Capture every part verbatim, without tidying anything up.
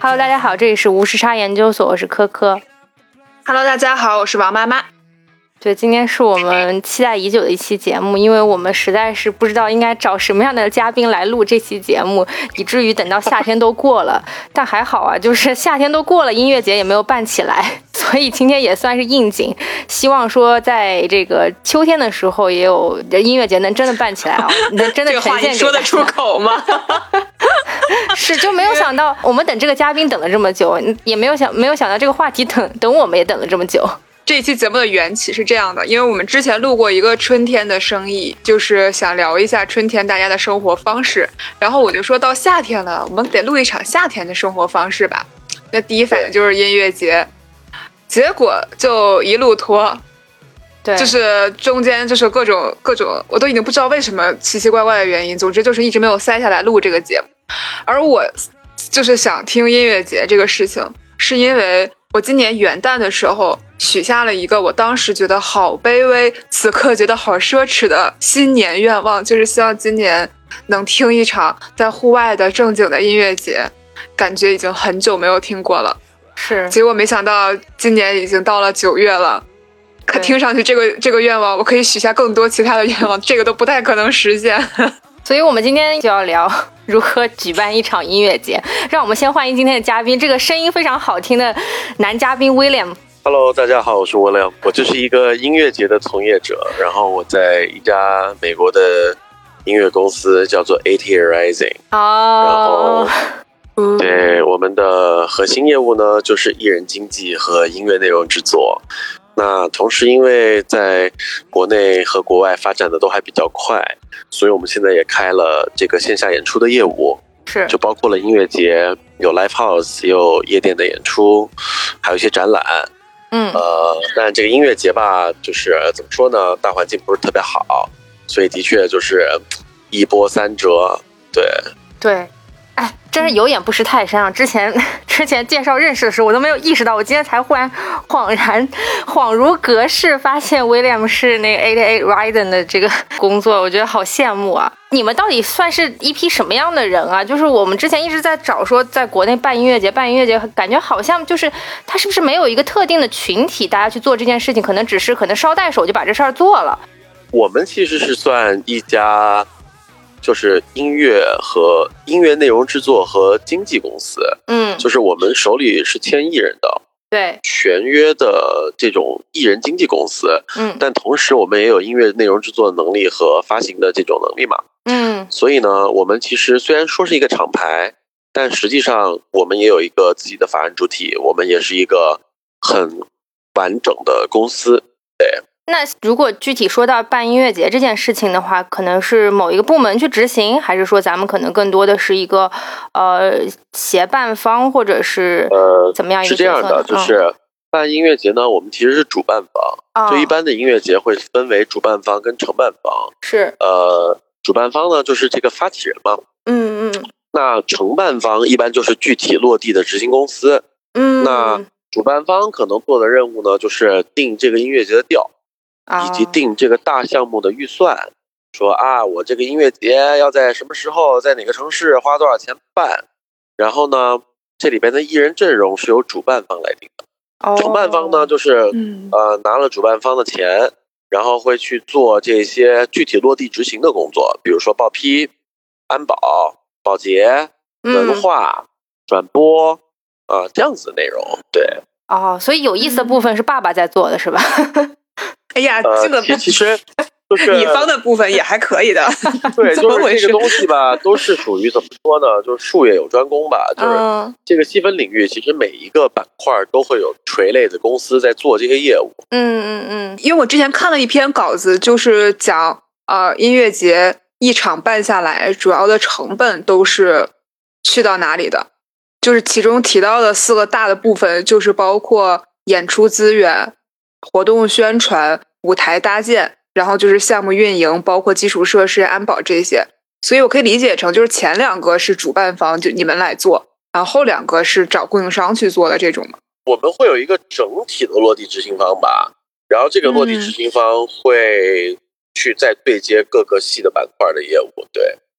Hello， 大家好，这里是无时差研究所，我是科科。 Hello， 大家好，我是王妈妈。 对，今天是我们期待已久的一期节目，因为我们实在是不知道应该找什么样的嘉宾来录这期节目，以至于等到夏天都过了。但还好啊，就是夏天都过了，音乐节也没有办起来，所以今天也算是应景。希望说在这个秋天的时候，也有音乐节能真的办起来啊，能真的呈现给大家。 这个话你说得出口吗？ 是，就没有想到我们等这个嘉宾等了这么久，也没有想没有想到这个话题等等我们也等了这么久。 这一期节目的缘起是这样的，因为我们之前录过一个春天的生意，就是想聊一下春天大家的生活方式，然后我就说到夏天了，我们得录一场夏天的生活方式吧。那第一反应就是音乐节，结果就一路拖， 对， 就是中间就是各种各种，我都已经不知道为什么奇奇怪怪的原因，总之就是一直没有塞下来录这个节目。而我就是想听音乐节这个事情，是因为我今年元旦的时候许下了一个我当时觉得好卑微，此刻觉得好奢侈的新年愿望，就是希望今年能听一场在户外的正经的音乐节，感觉已经很久没有听过了。 是， 结果没想到今年已经到了九月了，可听上去这个这个愿望我可以许下更多其他的愿望，这个都不太可能实现。 所以我们今天就要聊如何举办一场音乐节。让我们先欢迎今天的嘉宾，这个声音非常好听的男嘉宾 William。Hello， 大家好，我是 William， 我就是一个音乐节的从业者，然后我在一家美国的音乐公司叫做 eighty Rising， 哦、oh. 然后对我们的核心业务呢就是艺人经纪和音乐内容制作。那同时因为在国内和国外发展的都还比较快，所以我们现在也开了这个线下演出的业务， 是就包括了音乐节，有 live house， 也有夜店的演出，还有一些展览。 嗯， 呃，但这个音乐节吧，就是怎么说呢，大环境不是特别好，所以的确就是一波三折。对对，哎，真是有眼不识泰山啊！之前之前介绍认识的时候，我都没有意识到，我今天才忽然恍然恍如隔世，发现 William 是那个eighty Rising 的这个工作，我觉得好羡慕啊！你们到底算是一批什么样的人啊？就是我们之前一直在找说，在国内办音乐节，办音乐节，感觉好像就是他是不是没有一个特定的群体，大家去做这件事情，可能只是可能捎带手就把这事儿做了。 我们其实是算一家。就是音乐和音乐内容制作和经纪公司， 嗯， 就是我们手里是签艺人的， 对， 全约的这种艺人经纪公司， 嗯， 但同时我们也有音乐内容制作能力和发行的这种能力嘛， 嗯， 所以呢，我们其实虽然说是一个厂牌，但实际上我们也有一个自己的法人主体，我们也是一个很完整的公司，对。 那如果具体说到办音乐节这件事情的话，可能是某一个部门去执行，还是说咱们可能更多的是一个呃协办方，或者是呃怎么样一个角色呢？ 是这样的，就是办音乐节呢，我们其实是主办方， 哦、 就一般的音乐节会分为主办方跟承办方。 是呃，主办方呢就是这个发起人嘛， 嗯嗯。 那承办方一般就是具体落地的执行公司， 嗯。 那主办方可能做的任务呢，就是定这个音乐节的调。以及定这个大项目的预算，说啊，我这个音乐节要在什么时候，在哪个城市花多少钱办，然后呢，这里边的艺人阵容是由主办方来定的， 哦、 承办方呢就是、 嗯、 呃拿了主办方的钱，然后会去做这些具体落地执行的工作，比如说报批、安保、保洁、文化、嗯、转播啊、呃、这样子的内容，对。 哦，所以有意思的部分是爸爸在做的，是吧？ 哎呀，这个、 呃、其实就是乙方的部分也还可以的。 对，就是这个东西吧，都是属于怎么说呢？就是术业有专攻吧。就是这个细分领域，其实每一个板块都会有垂类的公司在做这些业务。 嗯嗯嗯。 因为我之前看了一篇稿子，就是讲呃音乐节一场办下来，主要的成本都是去到哪里的？就是其中提到的四个大的部分，就是包括演出资源、活动宣传、舞台搭建，然后就是项目运营，包括基础设施、安保这些。所以我可以理解成，就是前两个是主办方，就你们来做，然后后两个是找供应商去做的这种吗？ 我们会有一个整体的落地执行方吧，然后这个落地执行方会去再对接各个细的板块的业务。对，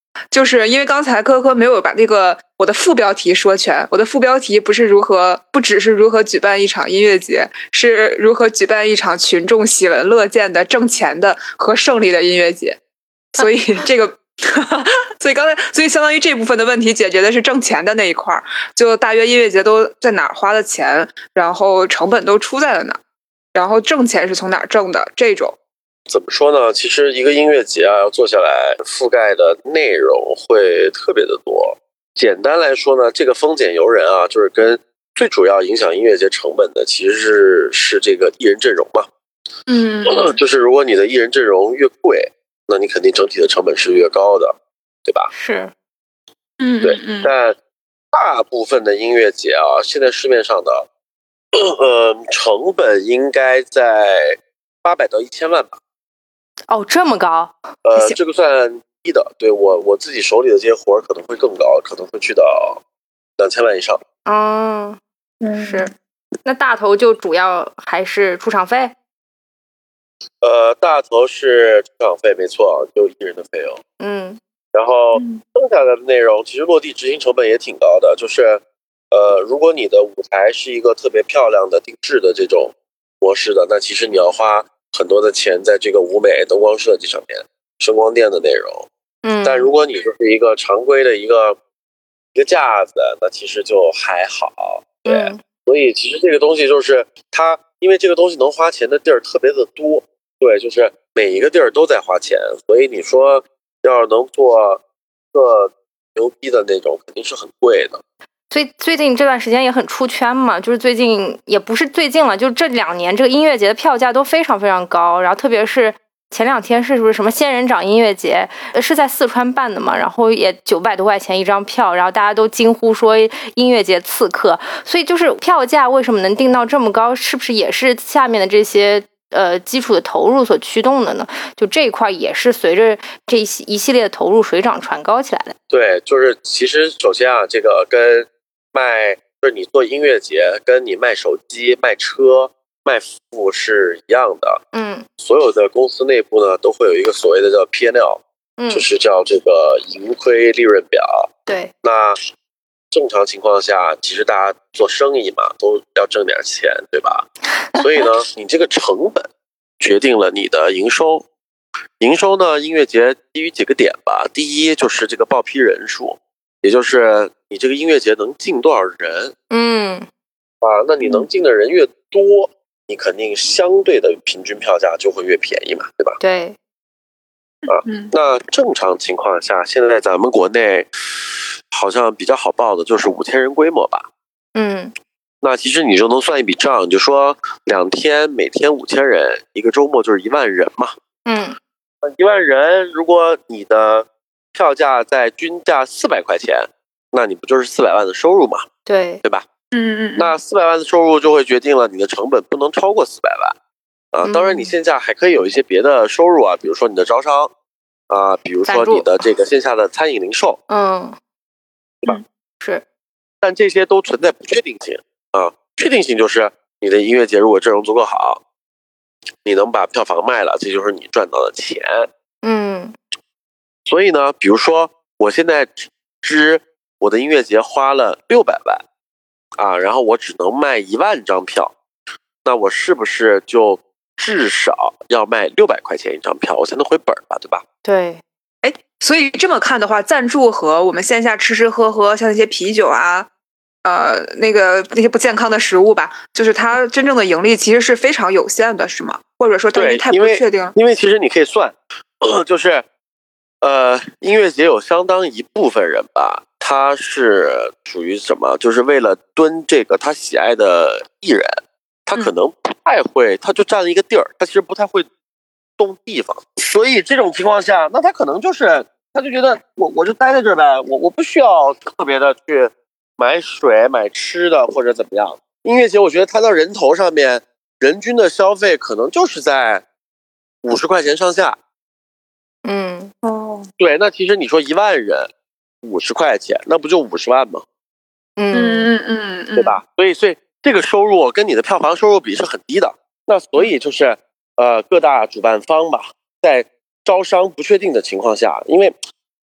就是因为刚才科科没有把那个我的副标题说全，我的副标题不是如何，不只是如何举办一场音乐节，是如何举办一场群众喜闻乐见的挣钱的和胜利的音乐节。所以这个所以刚才所以相当于这部分的问题解决的是挣钱的那一块，就大约音乐节都在哪儿花的钱，然后成本都出在了哪儿，然后挣钱是从哪儿挣的，这种怎么说呢？其实一个音乐节啊，要做下来，覆盖的内容会特别的多。简单来说呢，这个丰俭由人啊，就是跟最主要影响音乐节成本的，其实是是这个艺人阵容嘛。 嗯， 就是如果你的艺人阵容越贵，那你肯定整体的成本是越高的，对吧？ 是， 嗯， 对。但大部分的音乐节啊，现在市面上的，呃，成本应该在八百到一千万吧。 哦，这么高？ 呃，这个算低的。对，我我自己手里的这些活儿可能会更高，可能会去到两千万以上。 哦，是。那大头就主要还是出场费？ 呃，大头是出场费，没错，就艺人的费用。 嗯。 然后剩下的内容其实落地执行成本也挺高的，就是呃，如果你的舞台是一个特别漂亮的定制的这种模式的，那其实你要花很多的钱在这个舞美、灯光设计上面，声光电的内容。 嗯。 但如果你就是一个常规的一个一个架子，那其实就还好。对。 嗯、 所以其实这个东西就是它，因为这个东西能花钱的地儿特别的多。对，就是每一个地儿都在花钱，所以你说要是能做个牛逼的那种，肯定是很贵的。 所以最近这段时间也很出圈嘛，就是最近也不是最近了，就这两年这个音乐节的票价都非常非常高，然后特别是前两天是不是什么仙人掌音乐节，是在四川办的嘛，然后也九百多块钱一张票，然后大家都惊呼说音乐节刺客，所以就是票价为什么能定到这么高，是不是也是下面的这些呃基础的投入所驱动的呢？就这一块也是随着这一系列的投入水涨船高起来的。 对，就是其实首先啊，这个跟卖就是你做音乐节，跟你卖手机、卖车、卖服务是一样的。 嗯， 所有的公司内部呢都会有一个所谓的叫 P and L， 嗯， 就是叫这个盈亏利润表。 对， 那正常情况下，其实大家做生意嘛，都要挣点钱，对吧？所以呢，你这个成本决定了你的营收。营收呢，音乐节基于几个点吧。第一就是这个报批人数，也就是你这个音乐节能进多少人。 嗯， 啊，那你能进的人越多，你肯定相对的平均票价就会越便宜嘛，对吧？ 对。 啊，那正常情况下，现在咱们国内好像比较好报的就是五千人规模吧。 嗯， 那其实你就能算一笔账，你就说两天每天五千人，一个周末就是一万人嘛。 嗯， 一万人，如果你的票价在均价四百块钱，那你不就是四百万的收入嘛？ 对， 对吧？ 嗯嗯。 那四百万的收入就会决定了你的成本不能超过四百万。啊，当然你线下还可以有一些别的收入啊，比如说你的招商啊，比如说你的这个线下的餐饮零售， 嗯， 对吧？ 是， 但这些都存在不确定性啊。确定性就是你的音乐节如果阵容足够好，你能把票房卖了，这就是你赚到的钱。 嗯， 所以呢，比如说我现在只我的音乐节花了六百万啊，然后我只能卖一万张票，那我是不是就至少要卖六百块钱一张票，我才能回本吧，对吧？ 对。 哎，所以这么看的话，赞助和我们线下吃吃喝喝，像那些啤酒啊，呃，那个那些不健康的食物吧，就是它真正的盈利其实是非常有限的，是吗？或者说它太不确定？ 因为其实你可以算，就是呃，音乐节有相当一部分人吧，他是属于什么？就是为了蹲这个他喜爱的艺人。他可能不太会，他就占了一个地儿，他其实不太会动地方，所以这种情况下，那他可能就是他就觉得我我就待在这儿呗，我我不需要特别的去买水买吃的或者怎么样。音乐节我觉得它到人头上面，人均的消费可能就是在五十块钱上下。 嗯， 哦， 对，那其实你说一万人五十块钱，那不就五十万吗？ 嗯嗯嗯嗯， 对吧？所以所以。这个收入跟你的票房收入比是很低的，那所以就是呃各大主办方吧，在招商不确定的情况下，因为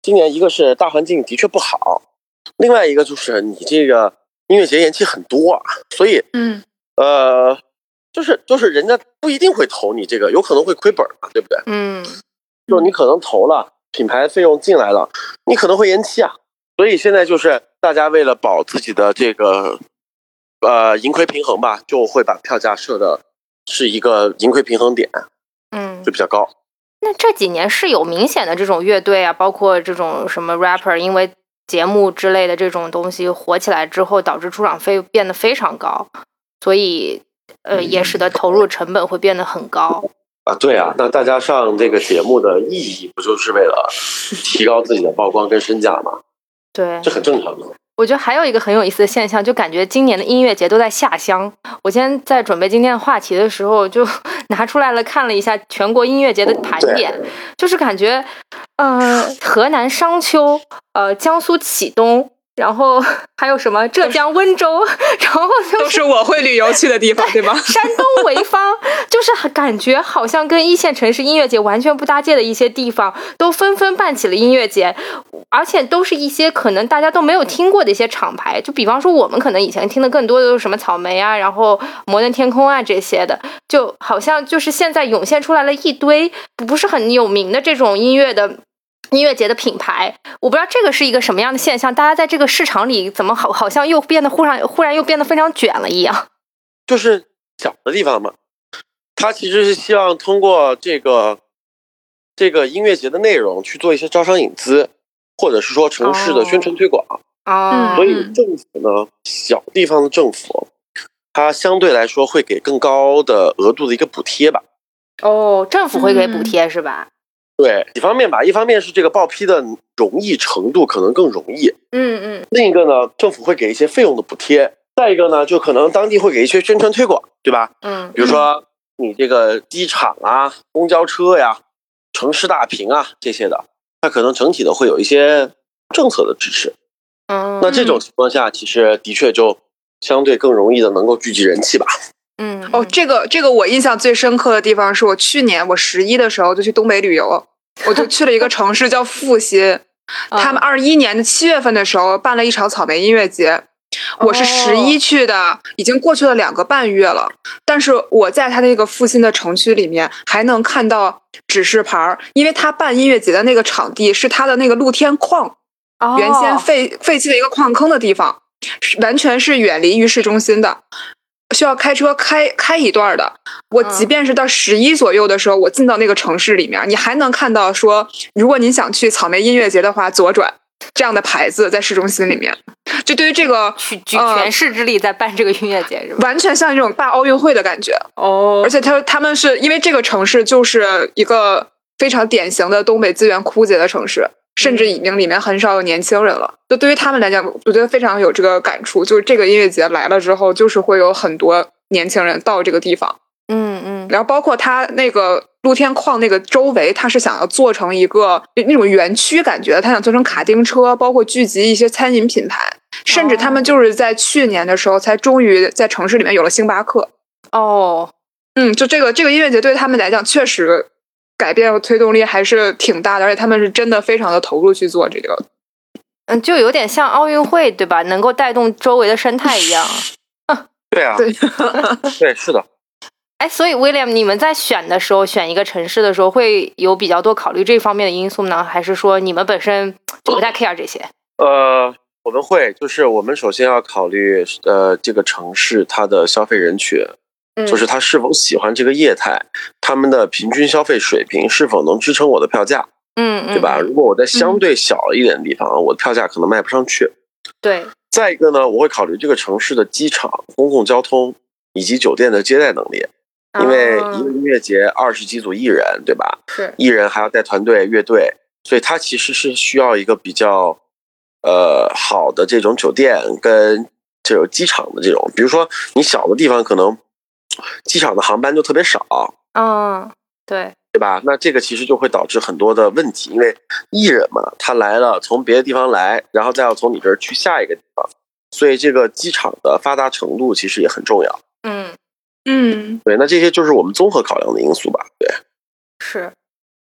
今年一个是大环境的确不好，另外一个就是你这个音乐节延期很多啊，所以嗯呃，就是就是人家不一定会投你这个，有可能会亏本嘛，对不对？ 嗯， 就是你可能投了，品牌费用进来了，你可能会延期啊。所以现在就是大家为了保自己的这个呃盈亏平衡吧，就会把票价设的是一个盈亏平衡点， 嗯， 就比较高。 那这几年是有明显的这种乐队啊，包括这种什么 rapper， 因为节目之类的这种东西火起来之后，导致出场费变得非常高，所以呃也使得投入成本会变得很高啊。对啊，那大家上这个节目的意义不就是为了提高自己的曝光跟身价吗？ 对， 这很正常的。 我觉得还有一个很有意思的现象，就感觉今年的音乐节都在下乡。我今天在准备今天的话题的时候，就拿出来了看了一下全国音乐节的盘点，就是感觉，呃，河南商丘，呃，江苏启东，然后还有什么浙江温州，然后、就是、 都是我会旅游去的地方，对吧？ 山东潍坊，就是感觉好像跟一线城市音乐节完全不搭界的一些地方，都纷纷办起了音乐节。而且都是一些可能大家都没有听过的一些厂牌，就比方说我们可能以前听的更多的都是什么草莓啊，然后摩登天空啊这些的，就好像就是现在涌现出来了一堆不是很有名的这种音乐的音乐节的品牌。我不知道这个是一个什么样的现象，大家在这个市场里怎么好好像又变得忽然忽然又变得非常卷了一样。 就是小的地方嘛，他其实是希望通过这个这个音乐节的内容去做一些招商引资，或者是说城市的宣传推广。 哦， 所以政府呢，小地方的政府它相对来说会给更高的额度的一个补贴吧。 哦，政府会给补贴、嗯、是吧？ 对，几方面吧，一方面是这个报批的容易程度可能更容易， 嗯嗯， 另一个呢，政府会给一些费用的补贴，再一个呢，就可能当地会给一些宣传推广，对吧？ 嗯， 比如说你这个机场啊、公交车呀、城市大屏啊这些的，它可能整体的会有一些政策的支持。 嗯， 那这种情况下，其实的确就相对更容易的能够聚集人气吧。 嗯， 哦，这个这个我印象最深刻的地方是我去年我十一的时候就去东北旅游，我就去了一个城市叫阜新，他们二一年的七月份的时候办了一场草莓音乐节。我是十一去的，已经过去了两个半月了，但是我在他那个阜新的城区里面还能看到指示牌，因为他办音乐节的那个场地是他的那个露天矿， 哦、 原先废废弃的一个矿坑的地方，完全是远离于市中心的，需要开车开开一段的。我即便是到十一左右的时候，我进到那个城市里面，你还能看到说，如果你想去草莓音乐节的话，左转这样的牌子在市中心里面。就对于这个举举全市之力在办这个音乐节，是吧？ 完全像这种办奥运会的感觉哦。 而且他他们是因为这个城市就是一个非常典型的东北资源枯竭的城市，甚至已经里面很少有年轻人了。就对于他们来讲，我觉得非常有这个感触。就是这个音乐节来了之后，就是会有很多年轻人到这个地方。 嗯嗯。 然后包括他那个露天矿那个周围，他是想要做成一个那种园区感觉，他想做成卡丁车，包括聚集一些餐饮品牌。甚至他们就是在去年的时候才终于在城市里面有了星巴克。 哦， 嗯，就这个这个音乐节对他们来讲确实改变和推动力还是挺大的，而且他们是真的非常的投入去做这个。 嗯，就有点像奥运会对吧？能够带动周围的生态一样。 对啊， 对对，是的。 哎，所以 William， 你们在选的时候，选一个城市的时候，会有比较多考虑这方面的因素呢，还是说你们本身就不太 care 这些？ 呃。我们会，就是我们首先要考虑，呃，这个城市它的消费人群， 嗯、 就是他是否喜欢这个业态，他们的平均消费水平是否能支撑我的票价， 嗯， 对吧？如果我在相对小一点的地方，嗯、我的票价可能卖不上去。 对。 再一个呢，我会考虑这个城市的机场、公共交通以及酒店的接待能力，因为一个音乐节二十几组艺人，对吧？ 是。 艺人还要带团队、乐队，所以它其实是需要一个比较。呃，好的这种酒店跟这种机场的这种，比如说你小的地方可能机场的航班就特别少， 嗯，对， 对吧？那这个其实就会导致很多的问题，因为艺人嘛，他来了，从别的地方来，然后再要从你这儿去下一个地方，所以这个机场的发达程度其实也很重要。 嗯嗯， 对，那这些就是我们综合考量的因素吧。对， 是。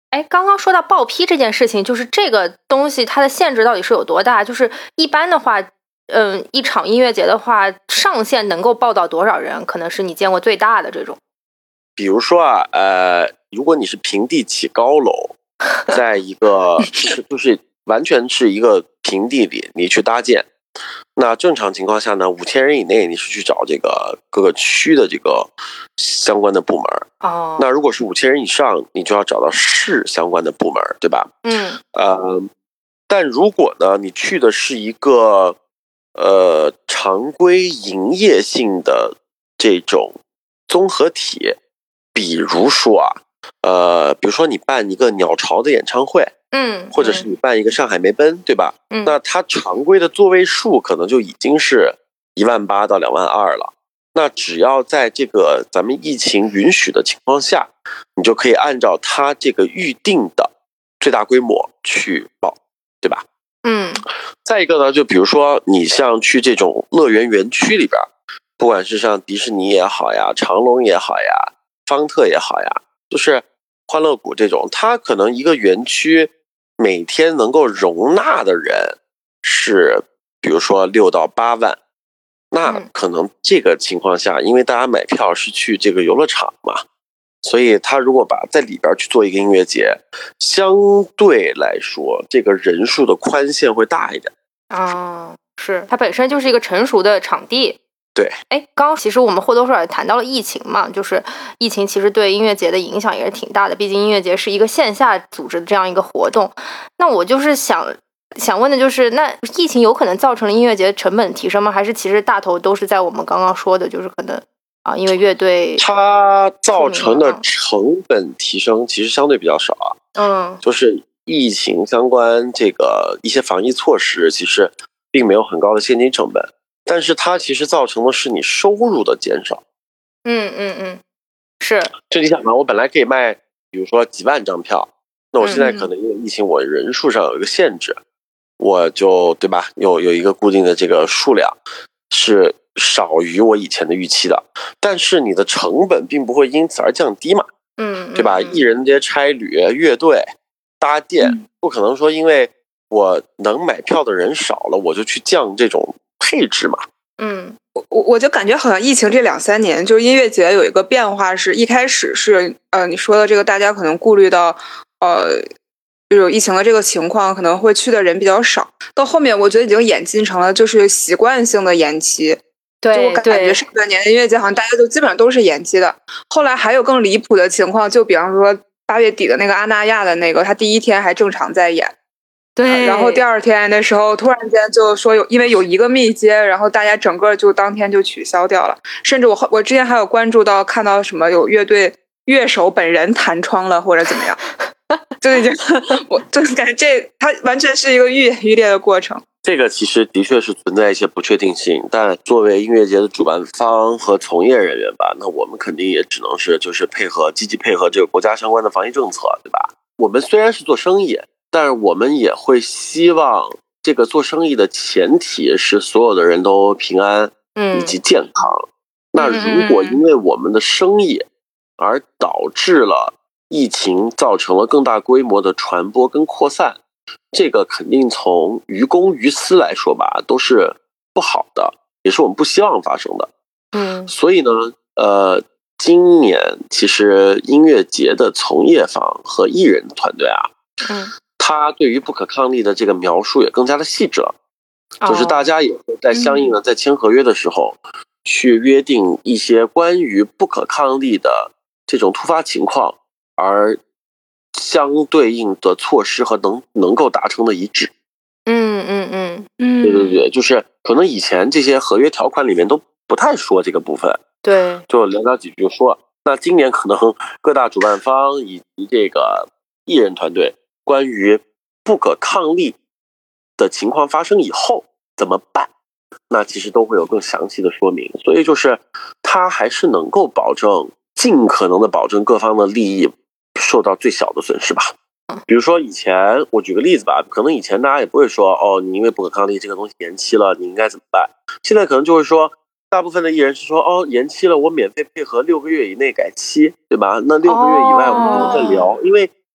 哎，刚刚说到报批这件事情，就是这个东西它的限制到底是有多大？就是一般的话，嗯，一场音乐节的话，上限能够报到多少人？可能是你见过最大的这种。 比如说啊，呃，如果你是平地起高楼，在一个就是就是完全是一个平地里，你去搭建。那正常情况下呢，五千人以内你是去找这个各个区的这个相关的部门。 哦。 那如果是五千人以上，你就要找到市相关的部门，对吧？ 嗯。 呃，但如果呢，你去的是一个呃常规营业性的这种综合体，比如说啊，呃，比如说你办一个鸟巢的演唱会。 嗯， 或者是你办一个上海梅奔，对吧？ 嗯， 那它常规的座位数可能就已经是一万八到两万二了。那只要在这个咱们疫情允许的情况下，你就可以按照它这个预定的最大规模去报，对吧？ 嗯。 再一个呢，就比如说你像去这种乐园园区里边，不管是像迪士尼也好呀，长隆也好呀，方特也好呀，就是欢乐谷这种，它可能一个园区每天能够容纳的人是比如说六到八万，那可能这个情况下，因为大家买票是去这个游乐场嘛，所以他如果把在里边去做一个音乐节，相对来说这个人数的宽限会大一点。 哦，是它本身就是一个成熟的场地。 对， 哎，刚刚其实我们或多或少也谈到了疫情嘛，就是疫情其实对音乐节的影响也是挺大的，毕竟音乐节是一个线下组织的这样一个活动。那我就是想想问的就是，那疫情有可能造成了音乐节成本提升吗？还是其实大头都是在我们刚刚说的，就是可能啊，因为乐队它造成的成本提升其实相对比较少啊。 嗯， 就是疫情相关这个一些防疫措施，其实并没有很高的现金成本。但是它其实造成的是你收入的减少。 嗯嗯嗯，是。 就你想嘛，我本来可以卖，比如说几万张票，那我现在可能因为疫情，我人数上有一个限制，我就对吧，有有一个固定的这个数量，是少于我以前的预期的。但是你的成本并不会因此而降低嘛， 嗯， 对吧？艺人这些差旅、乐队、搭建，不可能说因为我能买票的人少了，我就去降这种配置嘛。 嗯， 我我就感觉好像疫情这两三年，就是音乐节有一个变化，是一开始是呃你说的这个，大家可能顾虑到呃就有疫情的这个情况，可能会去的人比较少。到后面我觉得已经演进成了就是习惯性的延期。 对， 就我感觉上半年的音乐节好像大家都基本上都是延期的。后来还有更离谱的情况，就比方说八月底的那个阿那亚的那个，他第一天还正常在演。 对， 然后第二天的时候，突然间就说有，因为有一个密接，然后大家整个就当天就取消掉了。甚至我我之前还有关注到，看到什么有乐队乐手本人弹窗了，或者怎么样，就已经我就感觉这它完全是一个愈演愈烈的过程。 这个其实的确是存在一些不确定性，但作为音乐节的主办方和从业人员吧，那我们肯定也只能是就是配合积极配合这个国家相关的防疫政策，对吧？我们虽然是做生意，但是我们也会希望这个做生意的前提是所有的人都平安以及健康。嗯、那如果因为我们的生意而导致了疫情造成了更大规模的传播跟扩散，这个肯定从于公于私来说吧，都是不好的，也是我们不希望发生的。 嗯， 所以呢，呃，今年其实音乐节的从业方和艺人团队啊， 嗯。 他对于不可抗力的这个描述也更加的细致了，就是大家也会在相应的在签合约的时候，去约定一些关于不可抗力的这种突发情况而相对应的措施和能能够达成的一致。 嗯嗯嗯嗯， 对对对，就是可能以前这些合约条款里面都不太说这个部分， 对， 就寥寥几句就说。那今年可能各大主办方以及这个艺人团队关于不可抗力的情况发生以后怎么办，那其实都会有更详细的说明。所以就是它还是能够保证尽可能的保证各方的利益受到最小的损失吧。比如说以前我举个例子吧，可能以前大家也不会说哦，你因为不可抗力这个东西延期了，你应该怎么办？现在可能就会说，大部分的艺人是说哦，延期了，我免费配合六个月以内改期，对吧？那六个月以外我们不能再聊，哦、因为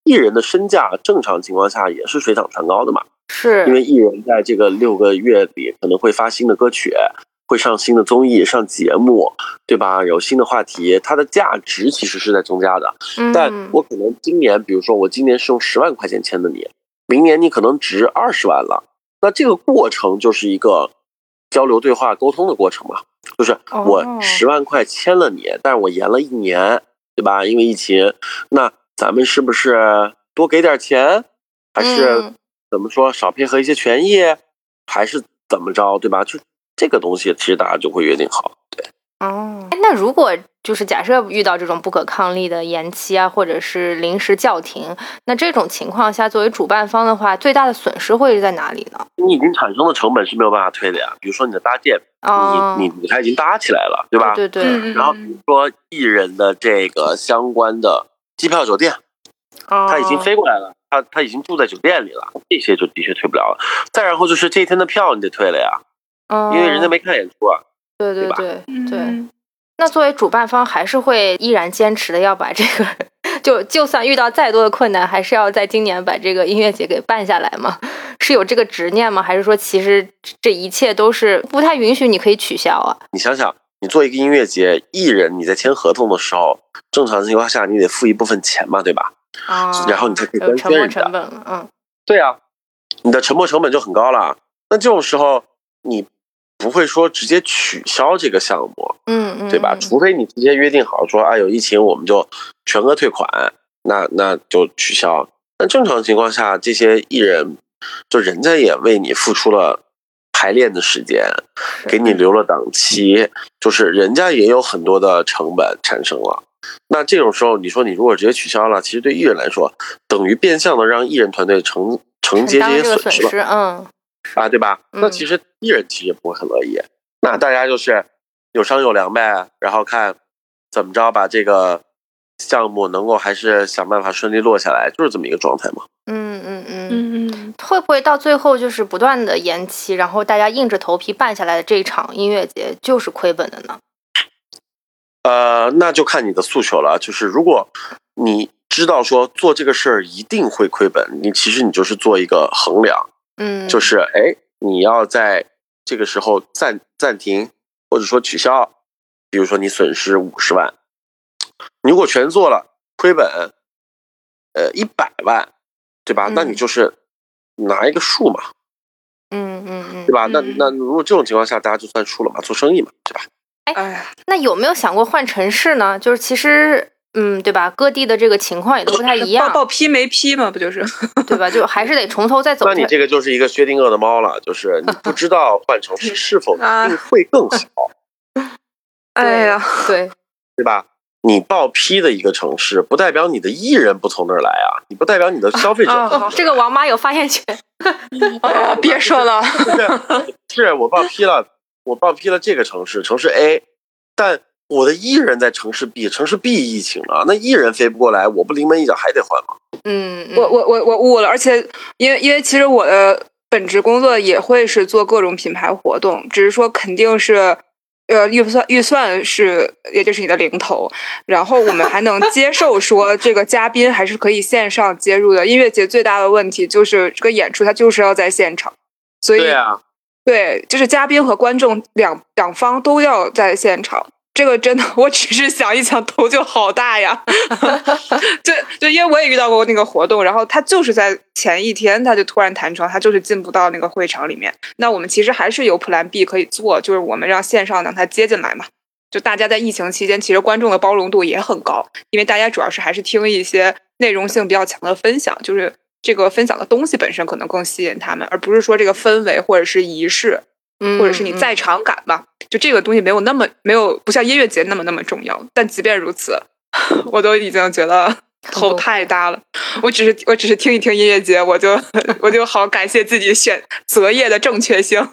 艺人的身价正常情况下也是水涨船高的嘛， 是因为艺人在这个六个月里可能会发新的歌曲，会上新的综艺，上节目，对吧？有新的话题，它的价值其实是在增加的。 嗯、 但我可能今年，比如说我今年是用十万块钱签的你，明年你可能值二十万了，那这个过程就是一个交流、对话、沟通的过程嘛。就是我十万块签了你，但是我延了一年，对吧？因为疫情，那咱们是不是多给点钱，还是怎么说少配合一些权益，还是怎么着，对吧？就这个东西，其实大家就会约定好。对， 哦，那如果就是假设遇到这种不可抗力的延期啊，或者是临时叫停，那这种情况下，作为主办方的话，最大的损失会是在哪里呢？ 你已经产生的成本是没有办法推的呀，比如说你的搭建， 哦、 你你舞台已经搭起来了，对吧？ 对对对。 然后比如说艺人的这个相关的机票、酒店， 哦、 他已经飞过来了，他他已经住在酒店里了，这些就的确退不了了。再然后就是这一天的票你得退了呀， 哦、 因为人家没看演出啊。 对对对对对。嗯，那作为主办方还是会依然坚持的要把这个，就就算遇到再多的困难，还是要在今年把这个音乐节给办下来吗？是有这个执念吗？还是说其实这一切都是不太允许你可以取消啊？ 你想想，你做一个音乐节，艺人你在签合同的时候，正常情况下你得付一部分钱嘛，对吧？ 啊、哦， 然后你才可以官宣人家。 沉没成本了，嗯， 对啊，你的沉没成本就很高了。那这种时候你不会说直接取消这个项目， 嗯嗯， 对吧？除非你直接约定好说，啊，有疫情我们就全额退款，那那就取消。但正常情况下，这些艺人就人家也为你付出了排练的时间，给你留了档期，就是人家也有很多的成本产生了。那这种时候，你说你如果直接取消了，其实对艺人来说，等于变相的让艺人团队承承接这些损失了， 嗯， 啊，对吧？那其实艺人其实也不会很乐意。那大家就是有商有量呗，然后看怎么着把这个项目能够还是想办法顺利落下来，就是这么一个状态嘛。 嗯嗯嗯嗯，会不会到最后就是不断的延期，然后大家硬着头皮办下来的这一场音乐节就是亏本的呢？ 呃，那就看你的诉求了。就是如果你知道说做这个事儿一定会亏本，你其实你就是做一个衡量， 嗯， 就是哎，你要在这个时候暂暂停或者说取消，比如说你损失五十万，你如果全做了亏本，呃一百万，对吧？ 嗯、 那你就是拿一个数嘛， 嗯嗯嗯， 对吧？那那如果这种情况下，大家就算输了嘛，做生意嘛，对吧？ 哎，那有没有想过换城市呢？就是其实，嗯，对吧？各地的这个情况也都不太一样。 报报批没批嘛，不就是？ 对吧？就还是得从头再走。 那你这个就是一个薛定谔的猫了，就是你不知道换城市是否一定会更好。 哎呀， 对， 对吧？你报批的一个城市，不代表你的艺人不从那儿来啊，你不代表你的消费者。 啊哦、这个王妈有发言权。 啊，别说了， 是是我报批了。我报批了这个城市，城市 A， 但我的艺人在城市 B， 城市 B 疫情了，那艺人飞不过来，我不临门一脚还得换吗？ 嗯， 我我我我悟了，而且因为因为其实我的本职工作也会是做各种品牌活动，只是说肯定是呃预算预算是也就是你的零头，然后我们还能接受说这个嘉宾还是可以线上接入的。音乐节最大的问题就是这个演出它就是要在现场，所以对啊。 对，就是嘉宾和观众两两方都要在现场，这个真的，我只是想一想头就好大呀。就就因为我也遇到过那个活动，然后他就是在前一天他就突然弹窗，他就是进不到那个会场里面。那我们其实还是有 Plan B 可以做，就是我们让线上让他接进来嘛。就大家在疫情期间，其实观众的包容度也很高，因为大家主要是还是听一些内容性比较强的分享，就是这个分享的东西本身可能更吸引他们，而不是说这个氛围或者是仪式， 嗯， 或者是你在场感吧。就这个东西没有那么没有不像音乐节那么那么重要。但即便如此，我都已经觉得头太大了。我只是我只是听一听音乐节，我就我就好感谢自己选择业的正确性。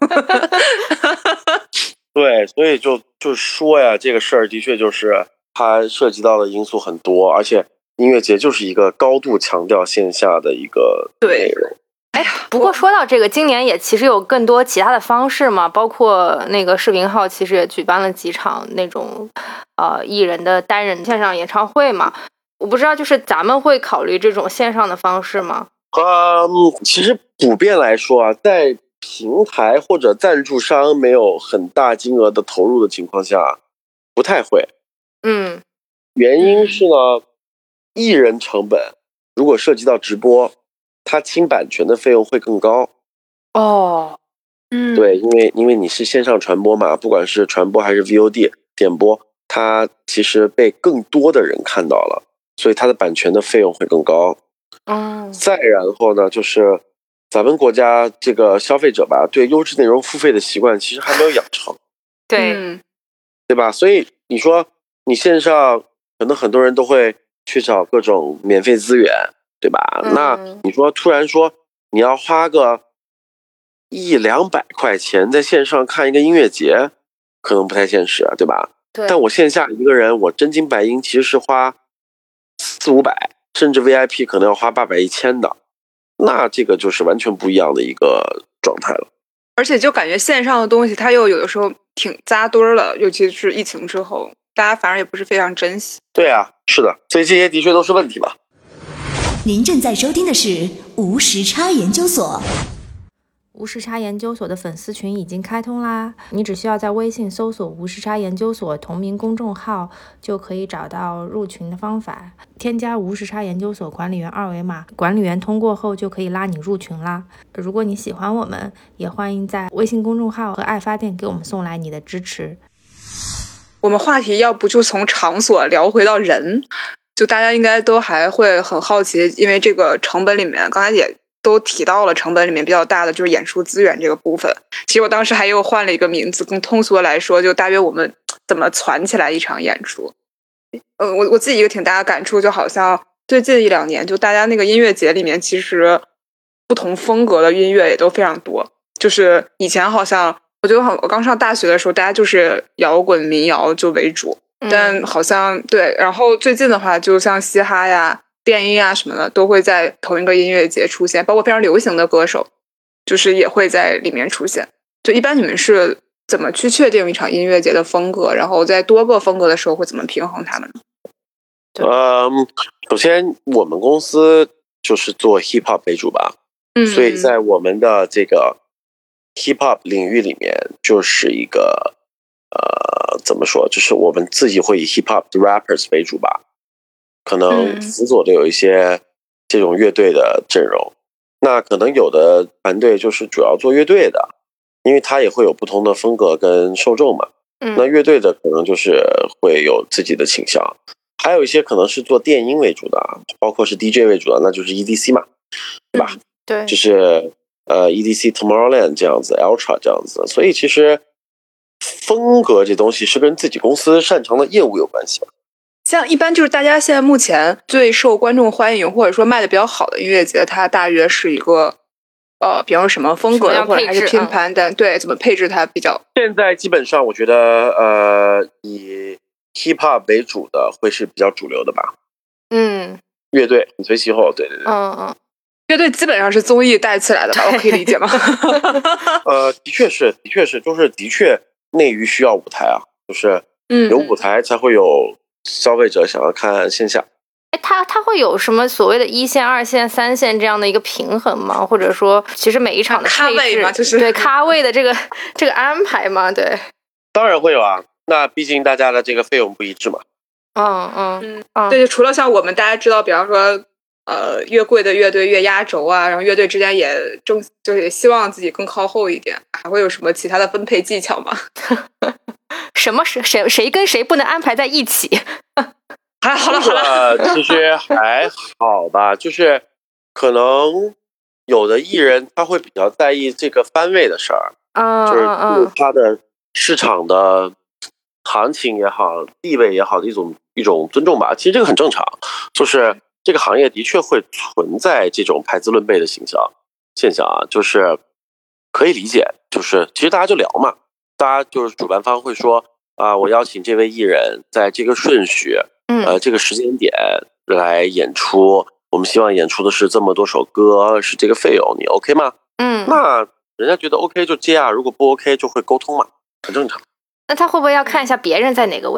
对，所以就就说呀，这个事儿的确就是它涉及到的因素很多，而且音乐节就是一个高度强调线下的一个内容。 哎，不过说到这个，今年也其实有更多其他的方式嘛，包括那个视频号其实也举办了几场那种呃艺人的单人线上演唱会嘛。 我不知道，就是咱们会考虑这种线上的方式吗？ 嗯，其实普遍来说啊，在平台或者赞助商没有很大金额的投入的情况下，不太会。 嗯， 原因是呢，艺人成本如果涉及到直播，它清版权的费用会更高。 哦， 嗯， 对，因为因为你是线上传播嘛，不管是传播还是 V O D 点播，它其实被更多的人看到了，所以它的版权的费用会更高。 哦， 再然后呢，就是咱们国家这个消费者吧，对优质内容付费的习惯其实还没有养成， 对， 嗯对吧？所以你说你线上可能很多人都会去找各种免费资源，对吧？ 嗯那你说突然说你要花个一两百块钱在线上看一个音乐节，可能不太现实，对吧？ 对， 但我线下一个人，我真金白银其实是花四五百，甚至 V I P 可能要花八百一千的，那这个就是完全不一样的一个状态了。 而且就感觉线上的东西，它又有的时候挺扎堆儿了，尤其是疫情之后，大家反而也不是非常珍惜。 对啊，是的，所以这些的确都是问题吧。 您正在收听的是无时差研究所。 无时差研究所的粉丝群已经开通啦，你只需要在微信搜索无时差研究所同名公众号，就可以找到入群的方法。添加无时差研究所管理员二维码，管理员通过后就可以拉你入群啦。如果你喜欢我们，也欢迎在微信公众号和爱发电给我们送来你的支持。 我们话题要不就从场所聊回到人，就大家应该都还会很好奇，因为这个成本里面，刚才也都提到了，成本里面比较大的就是演出资源这个部分。其实我当时还又换了一个名字，更通俗的来说，就大约我们怎么攒起来一场演出。呃，我我自己一个挺大的感触，就好像最近一两年，就大家那个音乐节里面，其实不同风格的音乐也都非常多。就是以前好像我觉得好，我刚上大学的时候，大家就是摇滚、民谣就为主，但好像对，然后最近的话，就像嘻哈呀、电音啊什么的，都会在同一个音乐节出现，包括非常流行的歌手，就是也会在里面出现。就一般你们是怎么去确定一场音乐节的风格，然后在多个风格的时候会怎么平衡它们呢？ 嗯，首先我们公司就是做 hip hop 为主吧， 嗯， 所以在我们的这个 hip hop 领域里面，就是一个呃怎么说，就是我们自己会以 hip hop 的 rappers 为主吧，可能辅佐的有一些这种乐队的阵容，那可能有的团队就是主要做乐队的，因为它也会有不同的风格跟受众嘛。 嗯， 那乐队的可能就是会有自己的倾向，还有一些可能是做电音为主的，包括是 D J 为主的，那就是 E D C 嘛，对吧？ 嗯、对， 就是呃 E D C Tomorrowland 这样子 ，Ultra 这样子，所以其实风格这东西是跟自己公司擅长的业务有关系吧。 像一般就是大家现在目前最受观众欢迎或者说卖的比较好的音乐节，它大约是一个呃，比方说什么风格的，或者还是拼盘的，对，怎么配置它比较？ 现在基本上我觉得呃，以 hip hop 为主的会是比较主流的吧。 嗯， 乐队紧随其后，对对对。 嗯嗯， 乐队基本上是综艺带起来的吧？我可以理解吗？ 呃，的确是，的确是，就是的确内娱需要舞台啊，就是有舞台才会有消费者想要看线下。 哎，它它会有什么所谓的一线、二线、三线这样的一个平衡吗？或者说，其实每一场的咖位嘛，就是对咖位的这个这个安排嘛？对， 当然会有啊。那毕竟大家的这个费用不一致嘛。 嗯嗯嗯， 对，除了像我们大家知道，比方说，呃，越贵的乐队越压轴啊，然后乐队之间也争，就是也希望自己更靠后一点。还会有什么其他的分配技巧吗？ 什么谁谁谁跟谁不能安排在一起？ 还好了好了，其实还好吧，就是可能有的艺人他会比较在意这个番位的事儿， 嗯， 就是他的市场的行情也好，地位也好的一种一种尊重吧。其实这个很正常，就是这个行业的确会存在这种排资论辈的现象现象啊，就是可以理解，就是其实大家就聊嘛，大家就是主办方会说啊，我邀请这位艺人在这个顺序。呃，这个时间点来演出，我们希望演出的是这么多首歌，是这个费用，你 OK 吗？ 嗯， 那人家觉得 OK 就接啊，如果不 OK 就会沟通嘛，很正常。 那他会不会要看一下别人在哪个位置？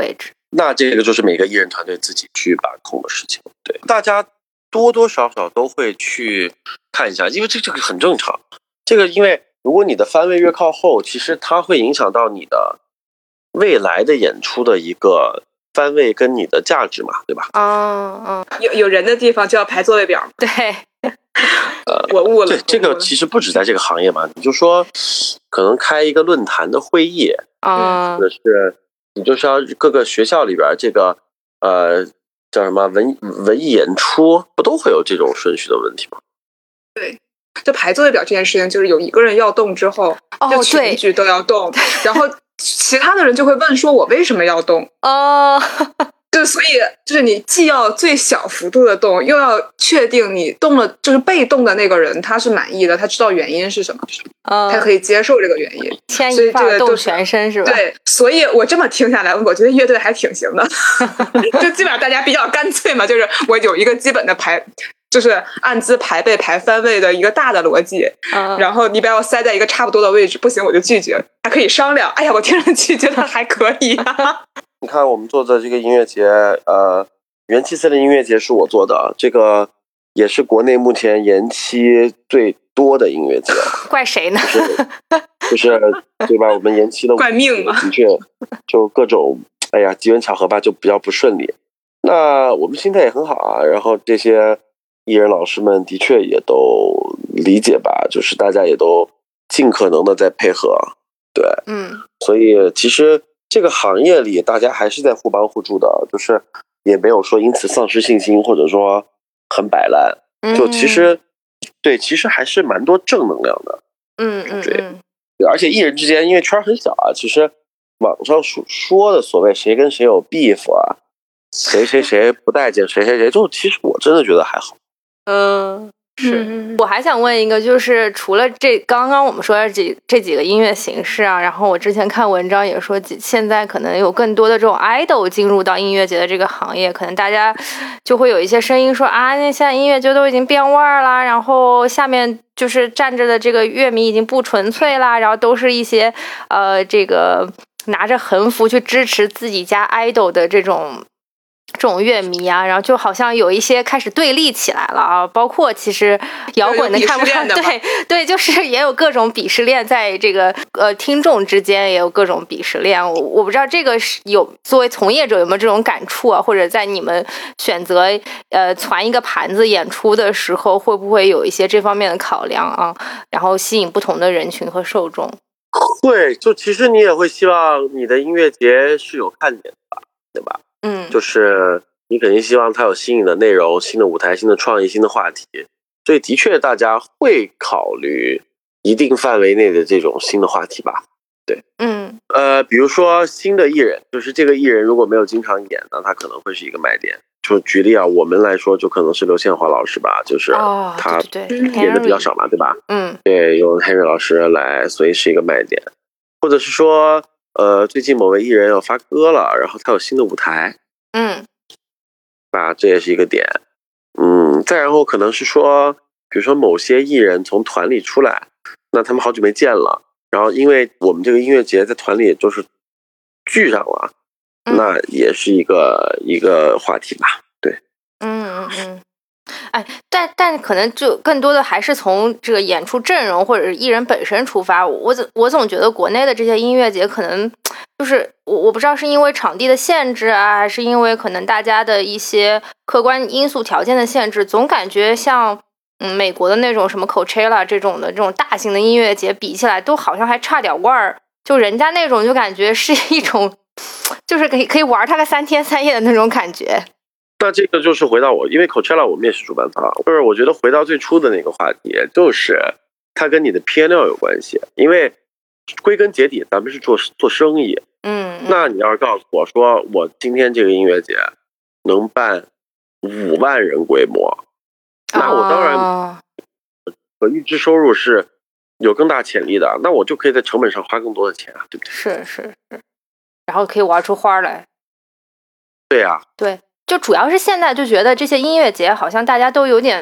那这个就是每个艺人团队自己去把控的事情。对，大家多多少少都会去看一下，因为这这个很正常。这个因为如果你的番位越靠后，其实它会影响到你的未来的演出的一个番位跟你的价值嘛，对吧？ 嗯嗯， 有有人的地方就要排座位表。 对， 呃， 我悟了。 对，这个其实不止在这个行业嘛，你就说可能开一个论坛的会议， 嗯， 或者是你就是要各个学校里边这个呃叫什么文文艺演出，不都会有这种顺序的问题吗？ 对，就排座位表这件事情，就是有一个人要动之后， 哦， 就全局都要动，然后其他的人就会问说：“我为什么要动？” 哦， 就所以就是你既要最小幅度的动，又要确定你动了，就是被动的那个人他是满意的，他知道原因是什么， 嗯， 他可以接受这个原因。 牵一发动全身是吧？ 对，所以我这么听下来，我觉得乐队还挺行的，就基本上大家比较干脆嘛，就是我有一个基本的排。就是按资排辈排番位的一个大的逻辑， 嗯， 然后你把我塞在一个差不多的位置，不行我就拒绝，还可以商量。哎呀，我听上去觉得还可以啊。 你看我们做的这个音乐节，呃，元气森林音乐节是我做的，这个也是国内目前延期最多的音乐节。 怪谁呢？ 就是、就是、对吧？我们延期的怪命嘛， 的确就各种哎呀机缘巧合吧，就比较不顺利。那我们心态也很好啊，然后这些艺人老师们的确也都理解吧，就是大家也都尽可能的在配合，对， 嗯， 所以其实这个行业里大家还是在互帮互助的，就是也没有说因此丧失信心或者说很摆烂，就其实、嗯、对，其实还是蛮多正能量的， 嗯嗯， 对，对，而且艺人之间因为圈很小啊，其实网上说说的所谓谁跟谁有 beef 啊，谁谁谁不待见谁谁谁，就其实我真的觉得还好。 嗯，是。我还想问一个，就是除了这刚刚我们说的这这几个音乐形式啊，然后我之前看文章也说，现在可能有更多的这种 idol 进入到音乐节的这个行业，可能大家就会有一些声音说啊，那现在音乐节都已经变味儿啦，然后下面就是站着的这个乐迷已经不纯粹啦，然后都是一些呃这个拿着横幅去支持自己家 idol 的这种。这种乐迷啊，然后就好像有一些开始对立起来了啊，包括其实摇滚的看不上，对对，就是也有各种鄙视链，在这个呃听众之间也有各种鄙视链。我我不知道这个是有作为从业者有没有这种感触啊，或者在你们选择呃传一个盘子演出的时候，会不会有一些这方面的考量啊？然后吸引不同的人群和受众。 会，就其实你也会希望你的音乐节是有看点的吧，对吧？ 嗯， 就是你肯定希望它有新颖的内容、新的舞台、新的创意、新的话题，所以的确大家会考虑一定范围内的这种新的话题吧。对， 嗯， 呃，比如说新的艺人，就是这个艺人如果没有经常演，那他可能会是一个卖点。就举例啊，我们来说就可能是刘宪华老师吧，就是他演的比较少嘛， 哦、 对吧？ 嗯， 对，由 Henry 老师来，所以是一个卖点，或者是说。呃，最近某位艺人要发歌了，然后他有新的舞台， 嗯， 吧，这也是一个点，嗯，再然后可能是说，比如说某些艺人从团里出来，那他们好久没见了，然后因为我们这个音乐节在团里就是聚上了， 嗯、 那也是一个一个话题吧，对， 嗯嗯嗯。哎，但但可能就更多的还是从这个演出阵容或者是艺人本身出发。我总我总觉得国内的这些音乐节可能就是我我不知道是因为场地的限制啊，还是因为可能大家的一些客观因素条件的限制，总感觉像嗯美国的那种什么 Coachella 这种的这种大型的音乐节比起来，都好像还差点味儿。就人家那种就感觉是一种，就是可以可以玩它个三天三夜的那种感觉。 那这个就是回到我，因为 Coachella 我们也是主办方，就是我觉得回到最初的那个话题，就是它跟你的 P and L 有关系，因为归根结底咱们是做做生意， 嗯， 那你要是告诉我说我今天这个音乐节能办五万人规模，那我当然可预支收入是有更大潜力的，那我就可以在成本上花更多的钱啊，对不对？ 是是是，然后可以玩出花来。 对呀、啊， 对。就主要是现在就觉得这些音乐节好像大家都有点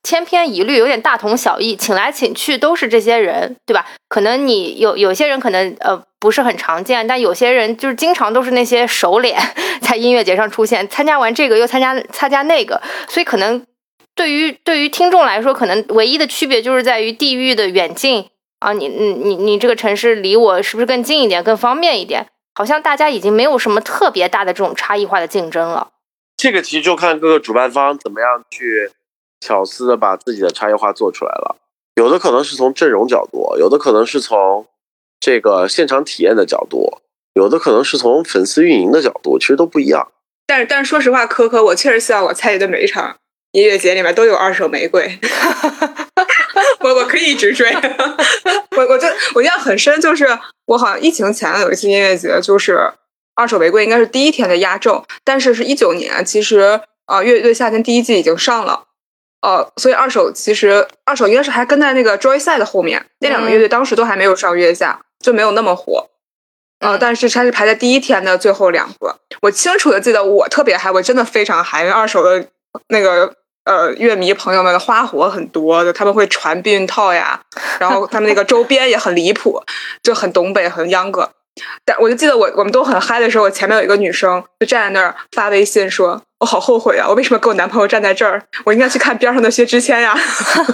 千篇一律，有点大同小异，请来请去都是这些人，对吧？可能你有有些人可能呃不是很常见，但有些人就是经常都是那些熟脸在音乐节上出现，参加完这个又参加参加那个，所以可能对于对于听众来说，可能唯一的区别就是在于地域的远近啊，你你你你这个城市离我是不是更近一点，更方便一点？好像大家已经没有什么特别大的这种差异化的竞争了。 这个其实就看各个主办方怎么样去巧思的把自己的差异化做出来了。有的可能是从阵容角度，有的可能是从这个现场体验的角度，有的可能是从粉丝运营的角度，其实都不一样。 但是但是说实话，科科，我确实希望我参与的每一场音乐节里面都有二手玫瑰。我我可以一直追。我我就我印象很深，就是我好像疫情前有一次音乐节，就是二手玫瑰应该是第一天的压轴，但是是一九年，其实呃乐队夏天第一季已经上了，呃，所以二手其实二手应该是还跟在那个 Joyside 的后面，那两个乐队当时都还没有上月下，就没有那么火。呃，但是它是排在第一天的最后两个。我清楚的记得我特别嗨，我真的非常嗨，因为二手的那个呃乐迷朋友们的花活很多的，他们会传避孕套呀，然后他们那个周边也很离谱，就很东北很秧歌。但我就记得我我们都很嗨的时候，我前面有一个女生就站在那儿发微信说，我好后悔啊，我为什么跟我男朋友站在这儿，我应该去看边上的薛之谦呀。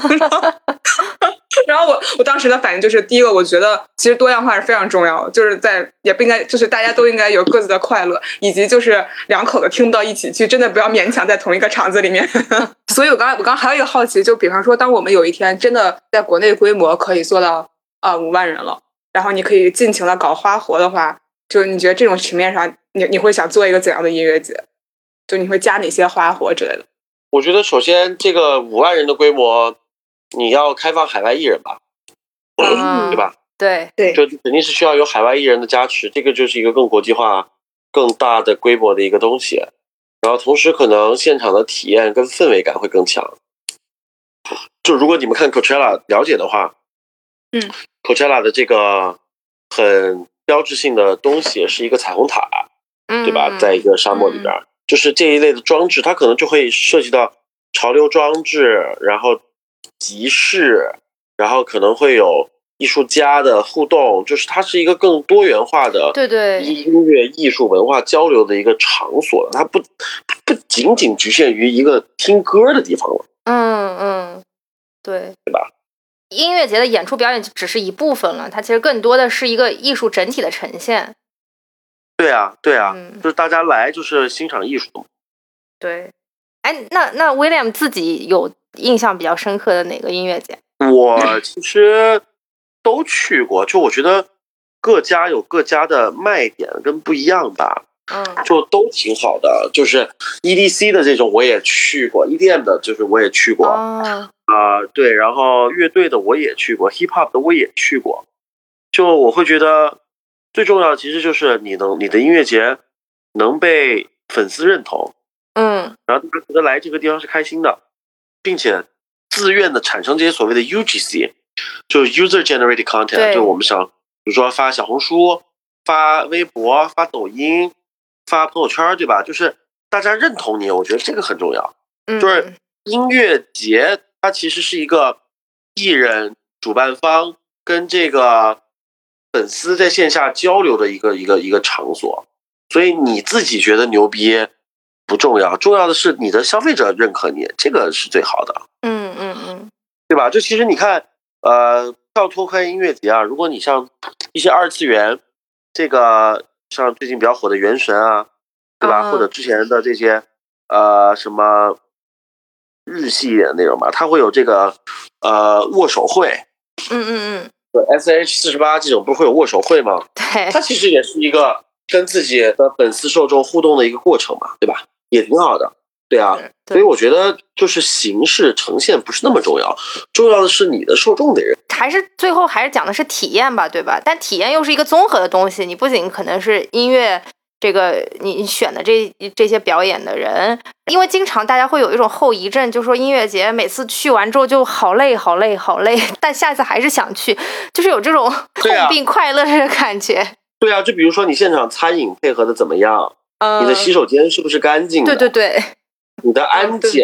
然后我我当时的反应就是，第一个我觉得其实多样化是非常重要的，就是在也不应该，就是大家都应该有各自的快乐，以及就是两口子听不到一起去，真的不要勉强在同一个场子里面。所以我刚才我刚还有一个好奇，就比方说当我们有一天真的在国内规模可以做到啊五万人了，然后你可以尽情的搞花活的话，就你觉得这种层面上你你会想做一个怎样的音乐节，就你会加哪些花活之类的？ 我觉得首先这个五万人的规模你要开放海外艺人吧， 嗯、 对吧？ 对对， 就肯定是需要有海外艺人的加持，这个就是一个更国际化更大的规模的一个东西，然后同时可能现场的体验跟氛围感会更强。就如果你们看 Coachella 了解的话， 嗯 Coachella 的这个很标志性的东西是一个彩虹塔，对吧？ 嗯、 在一个沙漠里边、嗯、就是这一类的装置，它可能就会涉及到潮流装置，然后集市，然后可能会有艺术家的互动，就是它是一个更多元化的对对音乐艺术文化交流的一个场所，它不不仅仅局限于一个听歌的地方了。 嗯嗯，对对吧？ 音乐节的演出表演只是一部分了，它其实更多的是一个艺术整体的呈现。 对啊对啊、 嗯、 就是大家来就是欣赏艺术。 对，哎，那那 William 自己有印象比较深刻的哪个音乐节？ 我其实都去过，就我觉得各家有各家的卖点跟不一样吧， 嗯， 就都挺好的。就是 E D C 的这种我也去过 ，E D M 的就是我也去过， 哦， 啊、呃，对，然后乐队的我也去过 ，hip hop 的我也去过。就我会觉得最重要的其实就是你能你的音乐节能被粉丝认同， 嗯， 然后他觉得来这个地方是开心的，并且自愿的产生这些所谓的 U G C， 就是 user generated content， 就是我们想比如说发小红书、发微博、发抖音、发朋友圈，对吧？就是大家认同你，我觉得这个很重要。 嗯， 就是音乐节它其实是一个艺人主办方跟这个粉丝在线下交流的一个一个一个场所，所以你自己觉得牛逼不重要，重要的是你的消费者认可你，这个是最好的。 嗯嗯嗯， 对吧？就其实你看，呃，跳脱开音乐节啊，如果你像一些二次元，这个像最近比较火的《原神》啊，对吧？ 嗯、 或者之前的这些呃什么日系一点的内容吧，它会有这个呃握手会， 嗯嗯嗯， 对 S H 四十八这种不是会有握手会吗？ 对， 它其实也是一个跟自己的粉丝受众互动的一个过程嘛，对吧？也挺好的，对啊。所以我觉得就是形式呈现不是那么重要，重要的是你的受众的人。 还是最后还是讲的是体验吧，对吧？但体验又是一个综合的东西，你不仅可能是音乐这个你选的这这些表演的人，因为经常大家会有一种后遗症，就说音乐节每次去完之后就好累好累好累，但下次还是想去，就是有这种痛并快乐的感觉。 对啊，就比如说你现场餐饮配合的怎么样？ 呃、 你的洗手间是不是干净的？ 对对对。 你的安检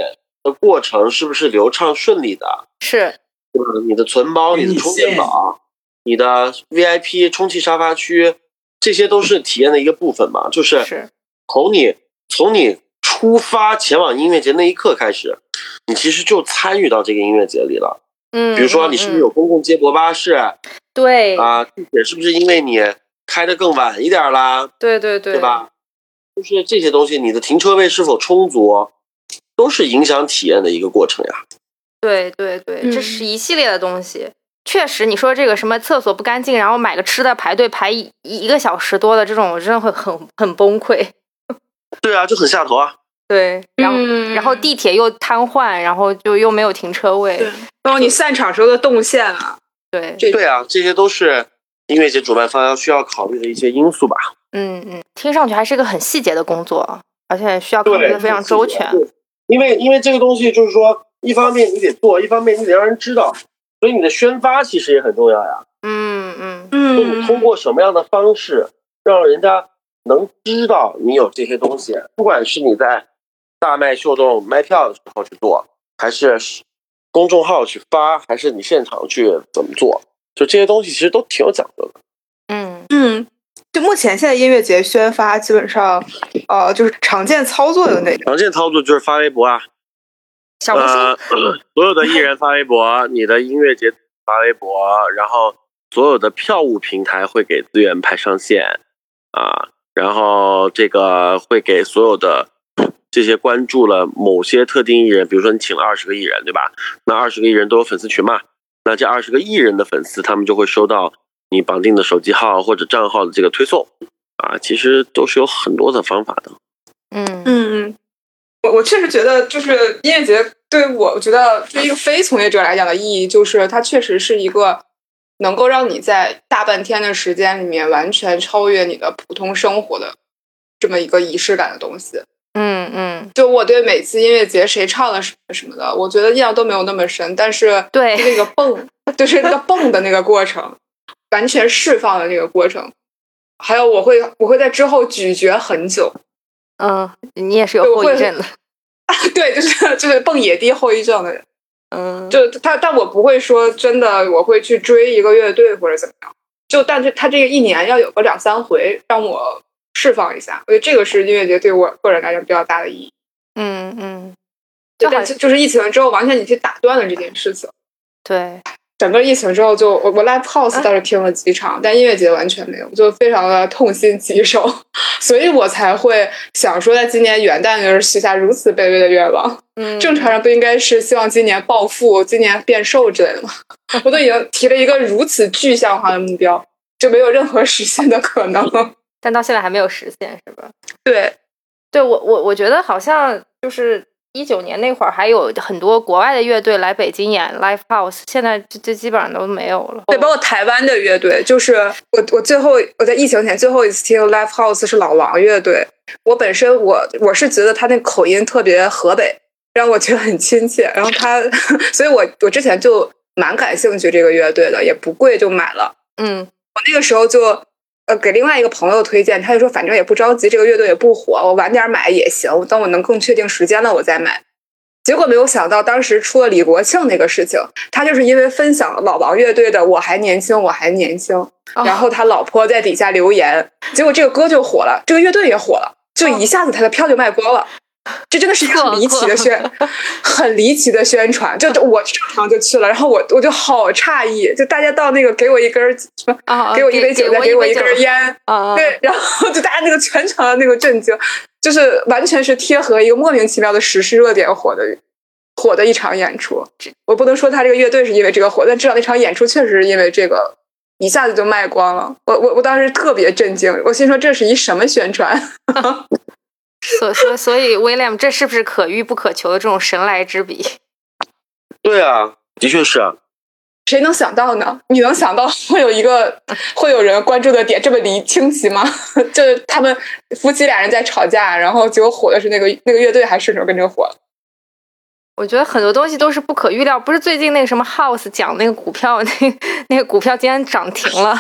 的过程是不是流畅顺利的？ 是， 对吧？你的存包、你的充电宝、你的 V I P 充气沙发区，这些都是体验的一个部分嘛。就是从你从你出发前往音乐节那一刻开始，你其实就参与到这个音乐节里了。 嗯， 比如说你是不是有公共接驳巴士？ 对啊，地铁是不是因为你开得更晚一点啦？ 对对对， 对吧？就是这些东西，你的停车位是否充足，都是影响体验的一个过程呀。 对对对， 嗯、 这是一系列的东西。确实，你说这个什么厕所不干净，然后买个吃的排队排一一个小时多的这种，我真的会很很崩溃。 对啊，就很下头啊。 对，然后、 嗯、 然后地铁又瘫痪，然后就又没有停车位。 对，然后你散场时候的动线啊， 对， 对啊，这些都是音乐节主办方要需要考虑的一些因素吧。 嗯嗯，听上去还是个很细节的工作，而且需要考虑的非常周全。 因为因为这个东西就是说，一方面你得做，一方面你得让人知道，所以你的宣发其实也很重要呀。 嗯嗯嗯， 所以你通过什么样的方式让人家能知道你有这些东西，不管是你在大卖秀动卖票的时候去做，还是公众号去发，还是你现场去怎么做，就这些东西其实都挺有讲究的。 嗯嗯，就目前现在音乐节宣发基本上，呃，就是常见操作的那种。 常见操作就是发微博啊， 小红书、 呃，所有的艺人发微博，你的音乐节发微博，然后所有的票务平台会给资源派上线啊，然后这个会给所有的这些关注了某些特定艺人，比如说你请了二十个艺人，对吧？那二十个艺人都有粉丝群嘛，那这二十个艺人的粉丝，他们就会收到你绑定的手机号或者账号的这个推送啊，其实都是有很多的方法的。 嗯嗯嗯，我我确实觉得，就是音乐节对我，我觉得对一个非从业者来讲的意义，就是它确实是一个能够让你在大半天的时间里面完全超越你的普通生活的这么一个仪式感的东西。 嗯嗯， 就我对每次音乐节谁唱了什么什么的，我觉得印象都没有那么深，但是对那个蹦，就是那个蹦的那个过程，完全释放的那个过程，还有我会我会在之后咀嚼很久。 嗯，你也是有后遗症的。 对，就是就是蹦野迪后遗症的人。 嗯， 就他，但我不会说真的，我会去追一个乐队或者怎么样。就但是他这个一年要有个两三回，让我释放一下。我觉得这个是音乐节对我个人来讲比较大的意义。 嗯嗯， 就但就是疫情之后，完全你去打断了这件事情。 对， 整个疫情之后就，我我 live house 倒是听了几场，啊、但音乐节完全没有，就非常的痛心疾首，所以我才会想说，在今年元旦就是许下如此卑微的愿望。 嗯， 正常人不应该是希望今年暴富、今年变瘦之类的吗？我都已经提了一个如此具象化的目标，就没有任何实现的可能。 但到现在还没有实现，是吧？ 对， 对我我我觉得好像就是一九年那会儿还有很多国外的乐队来北京演 live house， 现在这这基本上都没有了。 对，包括台湾的乐队，就是我我最后我在疫情前最后一次听 live house 是老王乐队。我本身我我是觉得他那口音特别河北，让我觉得很亲切。然后他，所以我我之前就蛮感兴趣这个乐队的，也不贵就买了。 嗯， 我那个时候就呃给另外一个朋友推荐，他就说反正也不着急，这个乐队也不火，我晚点买也行，等我能更确定时间了我再买。结果没有想到，当时出了李国庆那个事情，他就是因为分享老王乐队的《我还年轻，我还年轻》，然后他老婆在底下留言，结果这个歌就火了，这个乐队也火了，就一下子他的票就卖光了。这真的是一个很离奇的宣，很离奇的宣传。就我正常就去了，然后我我就好诧异，就大家到那个给我一根什么， 啊、 给我一杯酒，再给我一根烟， 啊、 对，然后就大家那个全场的那个震惊，就是完全是贴合一个莫名其妙的时事热点火的火的一场演出。我不能说他这个乐队是因为这个火，但至少那场演出确实是因为这个一下子就卖光了。我我我当时特别震惊，我心说这是一什么宣传？ 所所所以 William 这是不是可遇不可求的这种神来之笔？ 对啊，的确是啊。 谁能想到呢？你能想到会有一个会有人关注的点这么离清奇吗？就是他们夫妻俩人在吵架，然后结果火的是那个那个乐队还顺手跟着火了。 我觉得很多东西都是不可预料，不是最近那个什么 House 讲那个股票，那那个股票今天涨停了，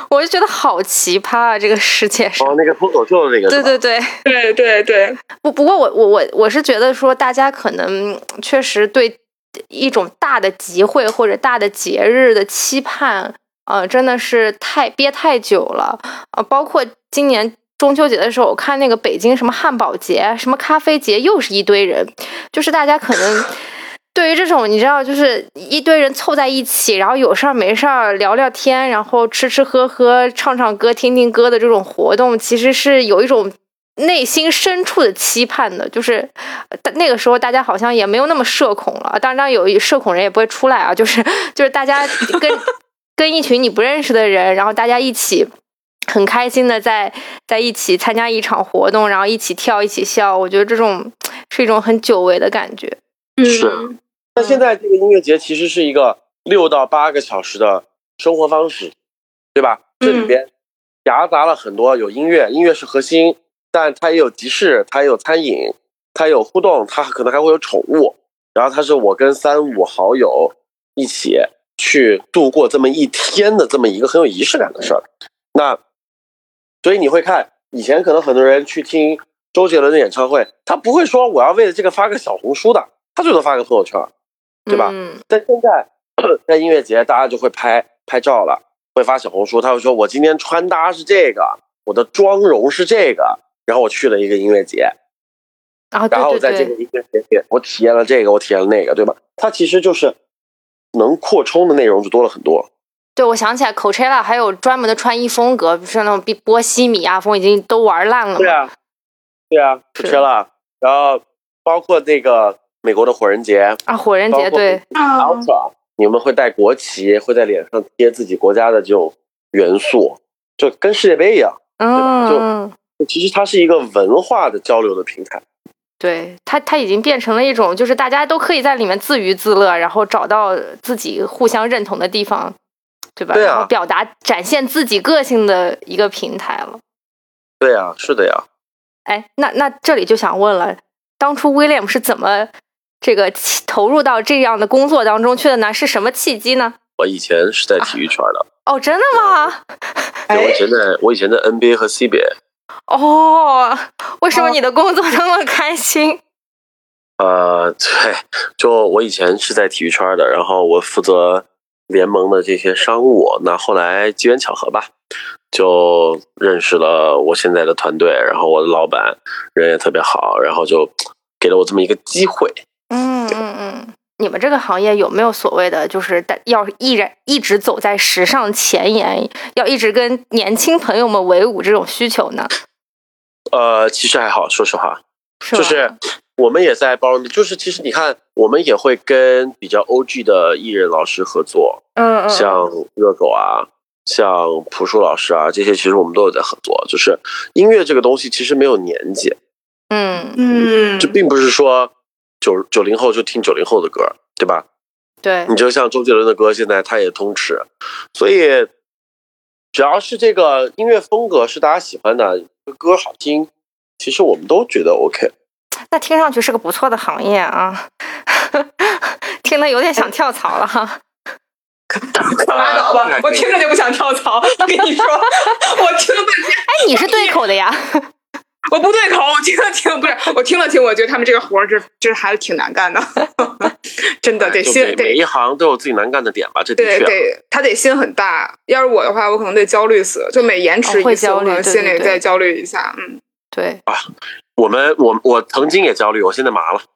我就觉得好奇葩啊，这个世界上。 哦，那个脱口秀的那个， 对对对对对对。 不不过我我我我是觉得说，大家可能确实对一种大的集会或者大的节日的期盼，呃，真的是太憋太久了。呃，包括今年中秋节的时候，我看那个北京什么汉堡节、什么咖啡节，又是一堆人，就是大家可能。对于这种你知道就是一堆人凑在一起，然后有事儿没事儿聊聊天，然后吃吃喝喝唱唱歌听听歌的这种活动，其实是有一种内心深处的期盼的，就是那个时候大家好像也没有那么社恐了，当然有社恐人也不会出来啊，就是就是大家跟跟一群你不认识的人，然后大家一起很开心的在在一起参加一场活动，然后一起跳一起笑，我觉得这种是一种很久违的感觉。 是。那现在这个音乐节其实是一个六到八个小时的生活方式，对吧？这里边夹杂了很多，有音乐，音乐是核心，但它也有集市，它也有餐饮，它有互动，它可能还会有宠物。然后它是我跟三五好友一起去度过这么一天的这么一个很有仪式感的事儿。那所以你会看，以前可能很多人去听周杰伦的演唱会，他不会说我要为了这个发个小红书的，他最多发个朋友圈。对吧？嗯、但现在在音乐节，大家就会拍拍照了，会发小红书。他会说：“我今天穿搭是这个，我的妆容是这个。”然后我去了一个音乐节， 啊、 然后在这个音乐节里，我体验了这个，我体验了那个，对吧？它其实就是能扩充的内容就多了很多。 对，我想起来 Coachella 还有专门的穿衣风格，比如说那种波西米亚风，已经都玩烂了。 对啊，对啊 ，Coachella，然后包括那个。美国的火人节啊，火人节对 ，Ultra， 你们会带国旗，会在脸上贴自己国家的这种元素，就跟世界杯一样， 嗯， 对吧？就其实它是一个文化的交流的平台。 对，它它已经变成了一种，就是大家都可以在里面自娱自乐，然后找到自己互相认同的地方，对吧？ 对啊， 然后表达、展现自己个性的一个平台了。 对呀、啊，是的呀。 哎，那那这里就想问了，当初 William 是怎么？这个投入到这样的工作当中去的呢？是什么契机呢？ 我以前是在体育圈的。 啊、哦，真的吗？ 我以前在，我以前在 N B A 和 C B A。 哦，为什么你的工作那么开心？ 呃，对，就我以前是在体育圈的，然后我负责联盟的这些商务。那后来机缘巧合吧，就认识了我现在的团队，然后我的老板人也特别好，然后就。给了我这么一个机会。 嗯嗯嗯，你们这个行业有没有所谓的，就是要一人一直走在时尚前沿，要一直跟年轻朋友们为伍这种需求呢？ 呃，其实还好，说实话，是就是我们也在包容，就是其实你看，我们也会跟比较 O G 的艺人老师合作， 嗯嗯， 像热狗啊，像朴树老师啊，这些其实我们都有在合作。就是音乐这个东西其实没有年纪。 嗯嗯， 这并不是说九九零后就听九零后的歌，对吧？ 对， 你就像周杰伦的歌，现在他也通吃，所以只要是这个音乐风格是大家喜欢的，歌好听，其实我们都觉得 OK。 那听上去是个不错的行业啊，听得有点想跳槽了哈。 拉倒吧，我听着就不想跳槽。我跟你说，我听了半天， 哎，你是对口的呀。 我不对口，我听了听，不是我听了听，我觉得他们这个活儿这这还是挺难干的，真的得心得每一行都有自己难干的点吧，这的确对对，他得心很大。要是我的话，我可能得焦虑死，就每延迟一次，我可能心里再焦虑一下。嗯， 对啊，我们我我曾经也焦虑，我现在麻了。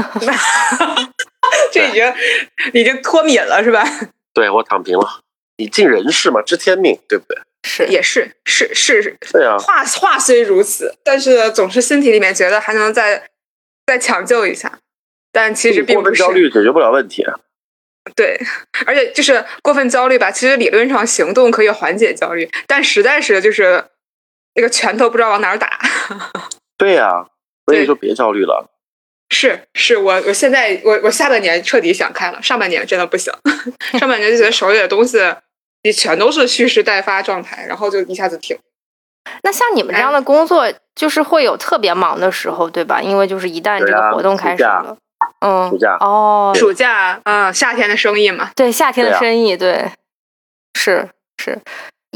这已经已经脱敏了是吧？ 对，我躺平了。你尽人事嘛，知天命，对不对？ 是，也是，是是是， 对啊。 话话虽如此，但是总是身体里面觉得还能再再抢救一下，但其实并不是。 过分焦虑解决不了问题。 对，而且就是过分焦虑吧，其实理论上行动可以缓解焦虑，但实在是就是那个拳头不知道往哪儿打。 对呀、啊，所以就别焦虑了。 是是，我我现在我我下半年彻底想开了，上半年真的不行，上半年就觉得手里的东西全都是蓄势待发状态，然后就一下子停。 那像你们这样的工作，就是会有特别忙的时候，对吧？因为就是一旦这个活动开始了，嗯， 暑假哦， 暑假，嗯，夏天的生意嘛， 对，夏天的生意，对，对是是。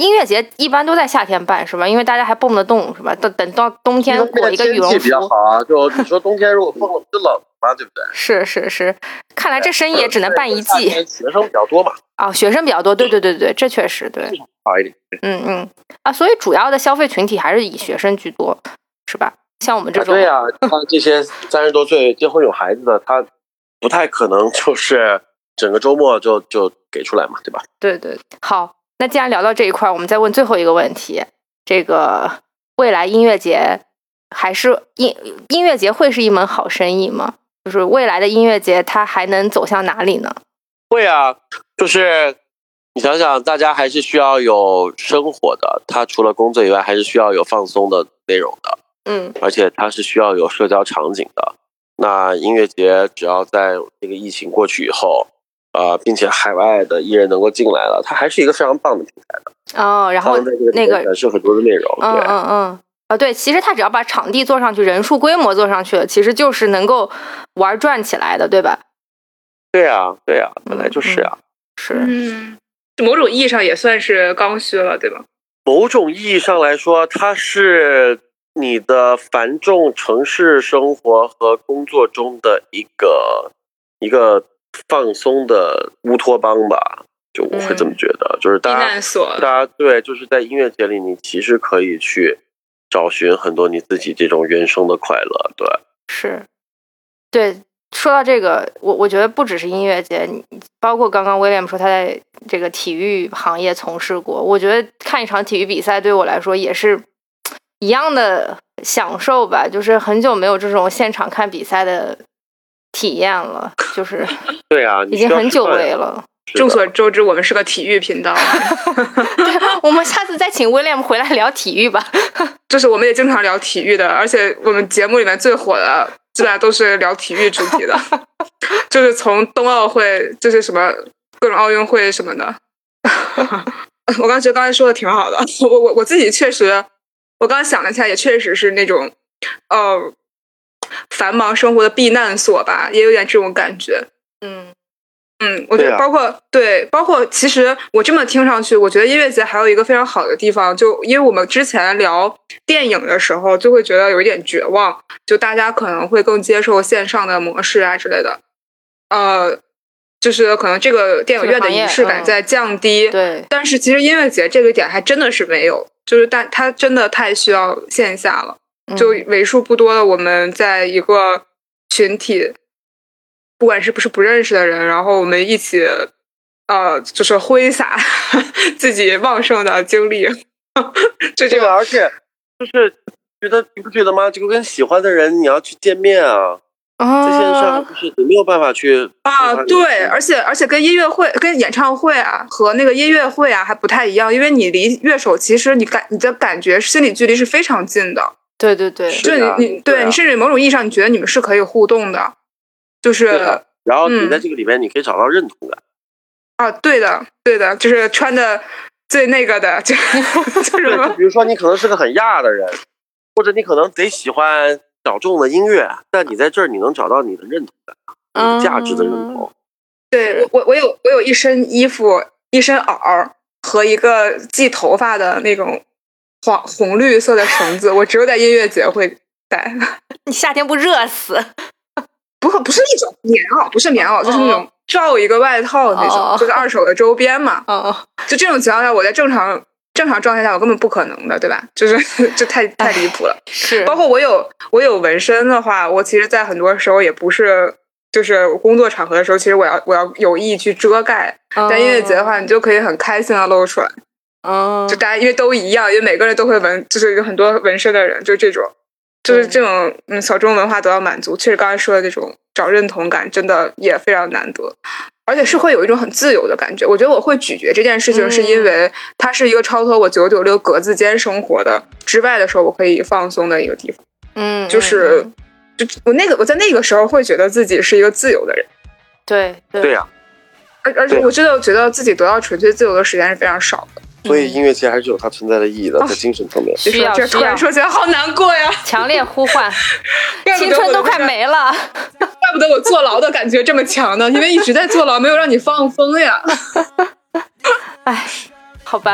音乐节一般都在夏天办是吧？因为大家还蹦得动是吧？等等到冬天裹一个羽绒服天气比较好啊。就你说冬天如果蹦了不就冷嘛，对不对？ 是是是，看来这生意也只能办一季。 学生比较多嘛。 哦，学生比较多，对对对对，这确实对。 好一点。 嗯嗯啊，所以主要的消费群体还是以学生居多，是吧？像我们这种。 啊对啊，他这些三十多岁结婚有孩子的，他不太可能就是整个周末就就给出来嘛，对吧？ 对对，好。那既然聊到这一块，我们再问最后一个问题：这个未来音乐节还是音音乐节会是一门好生意吗？就是未来的音乐节，它还能走向哪里呢？ 会啊，就是你想想，大家还是需要有生活的，它除了工作以外，还是需要有放松的内容的。 嗯， 而且它是需要有社交场景的。那音乐节只要在这个疫情过去以后。呃，并且海外的艺人能够进来了，它还是一个非常棒的平台的。 哦，然后那个展示很多的内容。 嗯嗯嗯，啊对，其实它只要把场地做上去，人数规模做上去了，其实就是能够玩转起来的，对吧？ 对啊，对啊，本来就是啊。 嗯、是， 嗯，某种意义上也算是刚需了，对吧？ 某种意义上来说，它是你的繁重城市生活和工作中的一个一个。放松的乌托邦吧，就我会这么觉得，嗯、就是大家，大家对，就是在音乐节里，你其实可以去找寻很多你自己这种原生的快乐，对， 是，对。说到这个，我我觉得不只是音乐节，包括刚刚 William 说他在这个体育行业从事过，我觉得看一场体育比赛对我来说也是一样的享受吧，就是很久没有这种现场看比赛的。体验了，就是对啊， 已经很久违了。 众所周知，我们是个体育频道。 对，我们下次再请 William 回来聊体育吧。 就是我们也经常聊体育的，而且我们节目里面最火的基本上都是聊体育主题的，就是从冬奥会，就是什么各种奥运会什么的。我刚觉得刚才说的挺好的，我我我自己确实，我刚想了一下，也确实是那种，呃。繁忙生活的避难所吧，也有点这种感觉。嗯嗯，我觉得包括 对,、啊、对，包括其实我这么听上去，我觉得音乐节还有一个非常好的地方，就因为我们之前聊电影的时候，就会觉得有一点绝望，就大家可能会更接受线上的模式啊之类的。呃，就是可能这个电影院的仪式感在降低。 嗯、对， 但是其实音乐节这个点还真的是没有，就是但它真的太需要线下了。就为数不多的我们在一个群体，不管是不是不认识的人，然后我们一起呃就是挥洒自己旺盛的精力。 这这个而且就是觉得你不觉得吗？这个跟喜欢的人你要去见面啊， 啊在线上就是你没有办法去啊，对，而且而且跟音乐会、跟演唱会啊和那个音乐会啊还不太一样，因为你离乐手其实你感你的感觉心理距离是非常近的。 对对对， 就你你对你甚至某种意义上，你觉得你们是可以互动的，就是， 然后你在这个里面你可以找到认同感。 啊，对的，对的，就是穿的最那个的，就就是比如说你可能是个很亚的人，或者你可能贼喜欢小众的音乐，但你在这儿你能找到你的认同感，你的价值的认同。 对，我我有我有一身衣服，一身袄和一个系头发的那种。黄红绿色的绳子，我只有在音乐节会戴。 你夏天不热死？ 不，不是那种棉袄，不是棉袄，就是那种罩一个外套那种，哦、就是二手的周边嘛。 哦， 就这种情况下，我在正常正常状态下，我根本不可能的，对吧？就是这太太离谱了。 是， 包括我有我有纹身的话，我其实，在很多时候也不是。就是工作场合的时候，其实我要我要有意去遮盖， 哦、 但音乐节的话，你就可以很开心的露出来。 嗯， 就大家因为都一样，因为每个人都会纹，就是有很多纹身的人，就这种，就是这种嗯小众文化得到满足。确实刚才说的这种找认同感，真的也非常难得，而且是会有一种很自由的感觉。我觉得我会咀嚼这件事情，是因为它是一个超脱我九九六格子间生活的之外的时候，我可以放松的一个地方。 嗯， 就是就我那个我在那个时候会觉得自己是一个自由的人。 对对呀、啊， 而而且我真的觉得自己得到纯粹自由的时间是非常少的。 所以音乐节还是有它存在的意义的，在精神层面。 需要这突然说起来好难过呀！ 强烈呼唤，青春都快没了。 怪不得我坐牢的感觉这么强呢，因为一直在坐牢，没有让你放风呀。 哎，好吧，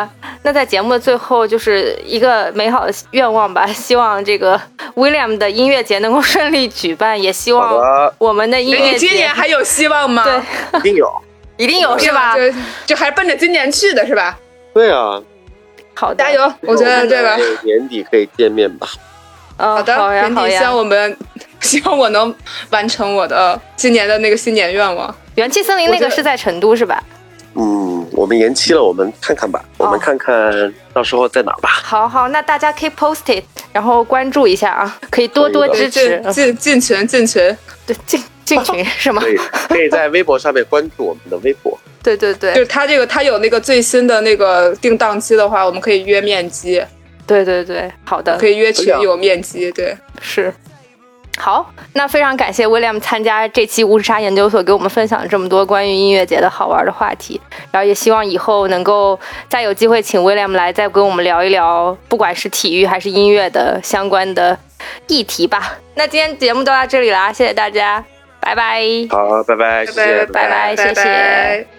那在节目的最后，就是一个美好的愿望吧，希望这个 William 的音乐节能够顺利举办，也希望我们的音乐节。 你今年还有希望吗？ 对， 一定有， 一定有是吧？ 就就还是奔着今年去的是吧？ 对啊， 好的， 加油！我觉得这个年底可以见面吧。 好的，年底希望我们，希望我能完成我的今年的那个新年愿望。 元气森林那个是在成都是吧？ 嗯，我们延期了，我们看看吧，我们看看到时候在哪吧。 好好，那大家可以 post it， 然后关注一下啊，可以多多支持， 进进群进群， 对，进进群是吗？ 可以，可以在微博上面关注我们的微博。 对对对， 就是他这个他有那个最新的那个定档期的话，我们可以约面基。 对对对，好的， 可以约群友面基，对， 是。好，那非常感谢 William 参加这期无时差研究所，给我们分享了这么多关于音乐节的好玩的话题，然后也希望以后能够再有机会请 William 来再跟我们聊一聊，不管是体育还是音乐的相关的议题吧。那今天节目就到这里啦，谢谢大家，拜拜。 好，拜拜，谢谢， 拜拜，谢谢。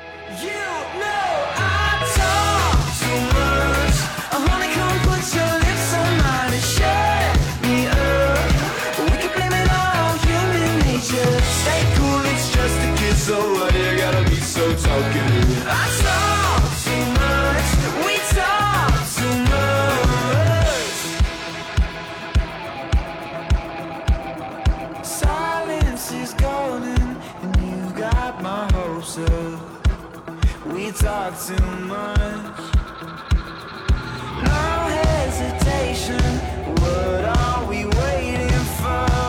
So why you gotta be so talkative? I talk too much, we talk too much. Silence is golden, and you got my hopes up. We talk too much. No hesitation, what are we waiting for?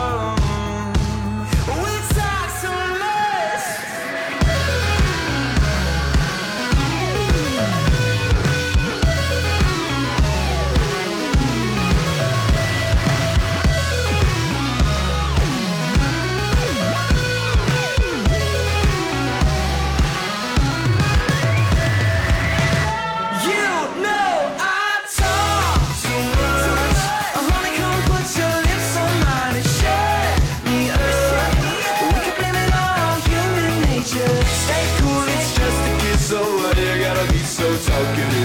So why you gotta be so talkative?